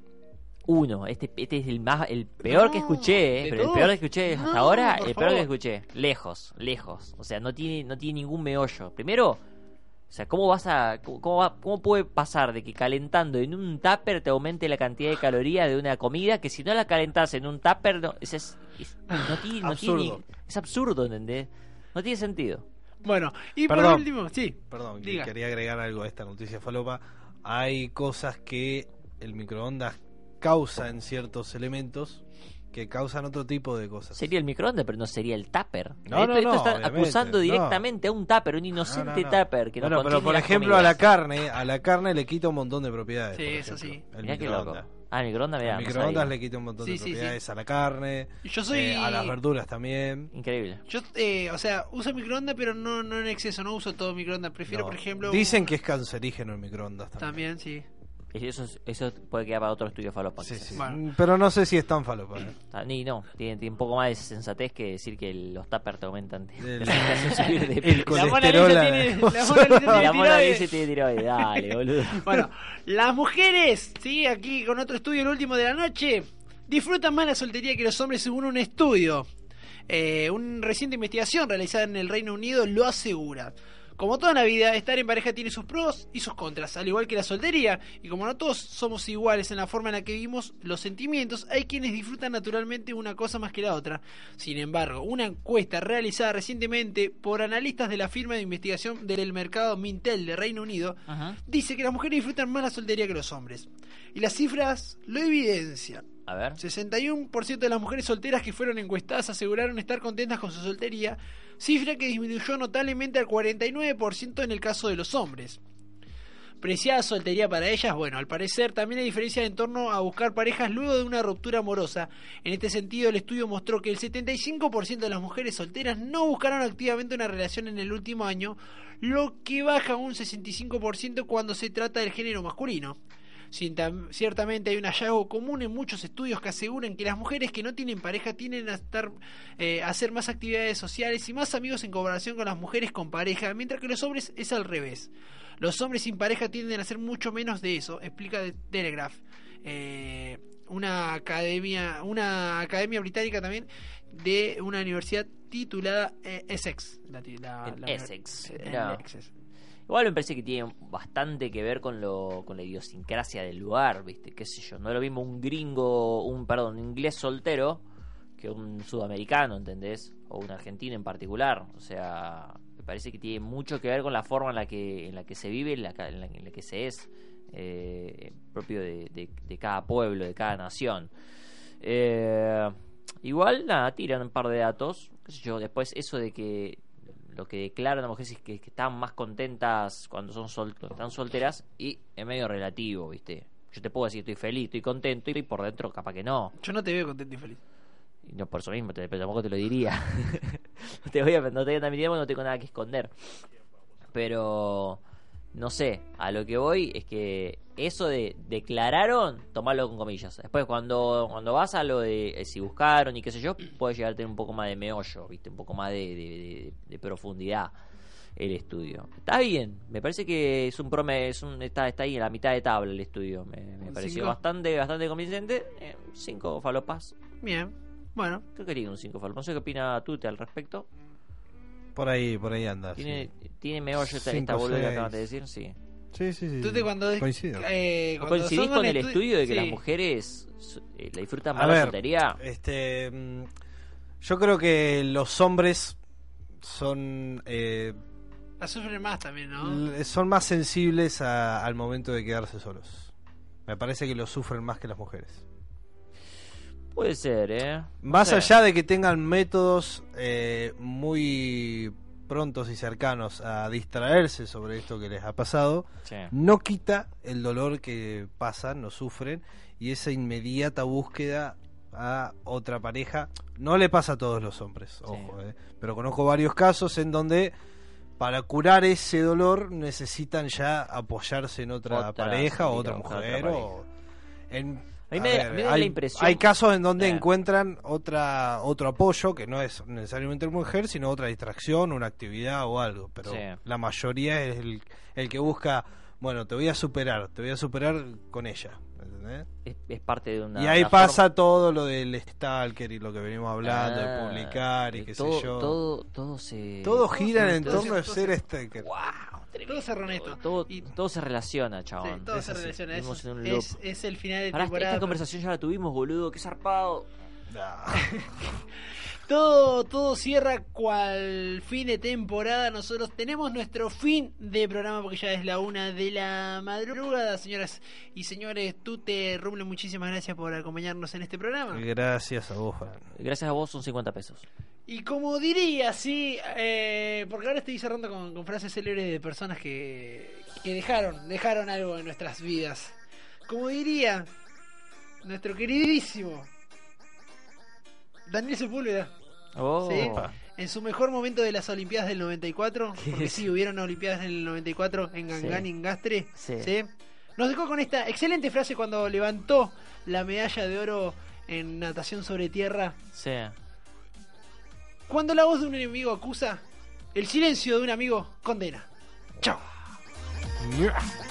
Uno. Este, este es el más, el peor No, que escuché, eh, ¿de pero el todos? peor que escuché hasta No, ahora, por el peor que favor. escuché. Lejos, lejos. O sea, no tiene, no tiene ningún meollo. Primero, o sea, ¿cómo vas a, cómo, cómo va- cómo puede pasar de que calentando en un tupper te aumente la cantidad de calorías de una comida que si no la calentas en un tupper no, es, es- es- no tiene, no tiene- Absurdo. es absurdo, ¿entendés? No tiene sentido. Bueno, y Perdón. por último, sí. Perdón, que Diga. quería agregar algo a esta noticia falopa. Hay cosas que el microondas causa en ciertos elementos que causan otro tipo de cosas. Sería el microondas, pero no sería el tupper. No, esto no, esto no, está obviamente, acusando no. directamente a un tupper, un inocente No, no, no. tupper que no Bueno, pero contiene por las ejemplo a la comidas. carne, a la carne le quita un montón de propiedades. Sí, por eso ejemplo, sí. El Mirá qué microondas. loco. Ah, el microondas, mirá, El no microondas sabía. le quita un montón Sí, de sí, sí. propiedades a la carne, Yo soy. eh, a las verduras también. Increíble. Yo, eh, o sea, uso microondas, pero no, no en exceso. No uso todo microondas. Prefiero, No. por ejemplo. Dicen un- que es cancerígeno el microondas también. También, sí. Eso, eso puede quedar para otro estudio falopa. Sí, quizás. sí. Bueno. Mm, Pero no sé si es tan falopa. ¿eh? Ah, Ni no, tiene, tiene un poco más de sensatez que decir que los tuppers te aumentan. Te, El- te hacen subir de el peso. col- La Mona colesterol, Lisa eh. tiene. La Mona Lisa tiene La mona tiroides. dice tiene tiroides. Dale, boludo. Bueno, las mujeres, sí, aquí con otro estudio, el último de la noche, disfrutan más la soltería que los hombres según un estudio. Eh, una reciente investigación realizada en el Reino Unido lo asegura. Como toda la vida, estar en pareja tiene sus pros y sus contras, al igual que la soltería. Y como no todos somos iguales en la forma en la que vivimos los sentimientos, hay quienes disfrutan naturalmente una cosa más que la otra. Sin embargo, una encuesta realizada recientemente por analistas de la firma de investigación del mercado Mintel de Reino Unido Ajá. dice que las mujeres disfrutan más la soltería que los hombres. Y las cifras lo evidencian. A ver. sesenta y uno por ciento de las mujeres solteras que fueron encuestadas aseguraron estar contentas con su soltería, cifra que disminuyó notablemente al cuarenta y nueve por ciento en el caso de los hombres. Preciada soltería para ellas, bueno, al parecer también hay diferencia en torno a buscar parejas luego de una ruptura amorosa. En este sentido, el estudio mostró que el setenta y cinco por ciento de las mujeres solteras no buscaron activamente una relación en el último año, lo que baja un sesenta y cinco por ciento cuando se trata del género masculino. Ciertamente hay un hallazgo común en muchos estudios que aseguran que las mujeres que no tienen pareja tienden a estar eh, a hacer más actividades sociales y más amigos en comparación con las mujeres con pareja, mientras que los hombres es al revés. Los hombres sin pareja tienden a hacer mucho menos de eso, explica The Telegraph, eh, una academia, una academia británica también de una universidad titulada eh, Essex. La, la, En la- Essex, en mirá. Essex. Igual me parece que tiene bastante que ver con lo con la idiosincrasia del lugar, ¿viste? Qué sé yo, no es lo mismo un gringo, un perdón, un inglés soltero que un sudamericano, ¿entendés? O un argentino en particular, o sea, me parece que tiene mucho que ver con la forma en la que en la que se vive, en la, en la, en la que se es eh, propio de, de, de cada pueblo, de cada nación. Eh, igual, nada, tiran un par de datos, qué sé yo, después eso de que lo que declaran las mujeres es que, que están más contentas cuando son sol, están solteras, y es medio relativo, ¿viste? Yo te puedo decir estoy feliz, estoy contento, y por dentro capaz que no. Yo no te veo contento y feliz. Y no por eso mismo, te, pero tampoco te lo diría. no te voy a, no te voy a admitir porque no tengo nada que esconder. Pero no sé, a lo que voy es que eso de declararon, tomarlo con comillas. Después cuando cuando vas a lo de eh, si buscaron y qué sé yo, puede llegar a tener un poco más de meollo, ¿viste? Un poco más de, de, de, de profundidad el estudio. Está bien, me parece que es un prome, es un, está, está ahí en la mitad de tabla el estudio. Me, me ¿Un pareció cinco? bastante bastante convincente. Eh, cinco falopas. Bien, bueno. Creo que tiene un cinco falopas. No sé qué opina Tute al respecto. Por ahí, por ahí anda. ¿Tiene, sí. ¿tiene meollo esta, Cinco, esta boluda que seis. acabas de decir? Sí. Sí, sí, sí. Entonces cuando, Coincido. eh, ¿No cuando coincidís son con el estu- estudio de que sí. las mujeres eh, la disfrutan A más la ver, soltería? este, mm, yo creo que los hombres son eh, La sufren más también, ¿no? l- son más sensibles a- al momento de quedarse solos. Me parece que lo sufren más que las mujeres. Puede ser, ¿eh? No Más sé. allá de que tengan métodos eh, muy prontos y cercanos a distraerse sobre esto que les ha pasado, Sí. no quita el dolor que pasan, no sufren, y esa inmediata búsqueda a otra pareja. No le pasa a todos los hombres, ojo, eh, pero conozco varios casos en donde para curar ese dolor necesitan ya apoyarse en otra, Otra, pareja o sí, otra buscar mujer otra o en A mí a me, ver, me da hay, la impresión... hay casos en donde Eh. encuentran otra otro apoyo que no es necesariamente mujer, sino otra distracción, una actividad o algo, pero Sí. la mayoría es el, el que busca, bueno, te voy a superar, te voy a superar con ella, ¿entendés? es, es parte de una... Y ahí una pasa forma- todo lo del stalker y lo que venimos hablando, Ah, de publicar y eh, qué todo, sé yo. Todo, todo se... Todo gira en todo torno se- a todo ser se- stalker. Todo cerró en esto. Todo, Y- todo se relaciona, Sí, chabón. todo es se así. relaciona. Vivimos Eso en un es, loop. es el final de Pará, esta, temporada. esta conversación ya la tuvimos, boludo. Qué zarpado. Ah. Todo, todo cierra cual fin de temporada. Nosotros tenemos nuestro fin de programa porque ya es la una de la madrugada, señoras y señores. Tute Rumble, muchísimas gracias por acompañarnos en este programa. Gracias a vos, Fran. Gracias a vos son cincuenta pesos. Y como diría, sí, eh, porque ahora estoy cerrando con, con frases célebres de personas que, que dejaron, dejaron algo en nuestras vidas. Como diría nuestro queridísimo Daniel Sepúlveda. Oh. ¿Sí? En su mejor momento de las Olimpiadas del noventa y cuatro, ¿Qué porque es? sí, hubieron Olimpiadas en el noventa y cuatro en Gangán Sí. y en Gastre, Sí. ¿sí? Nos dejó con esta excelente frase cuando levantó la medalla de oro en natación sobre tierra. Sí. Cuando la voz de un enemigo acusa, el silencio de un amigo condena. Chao. Yeah.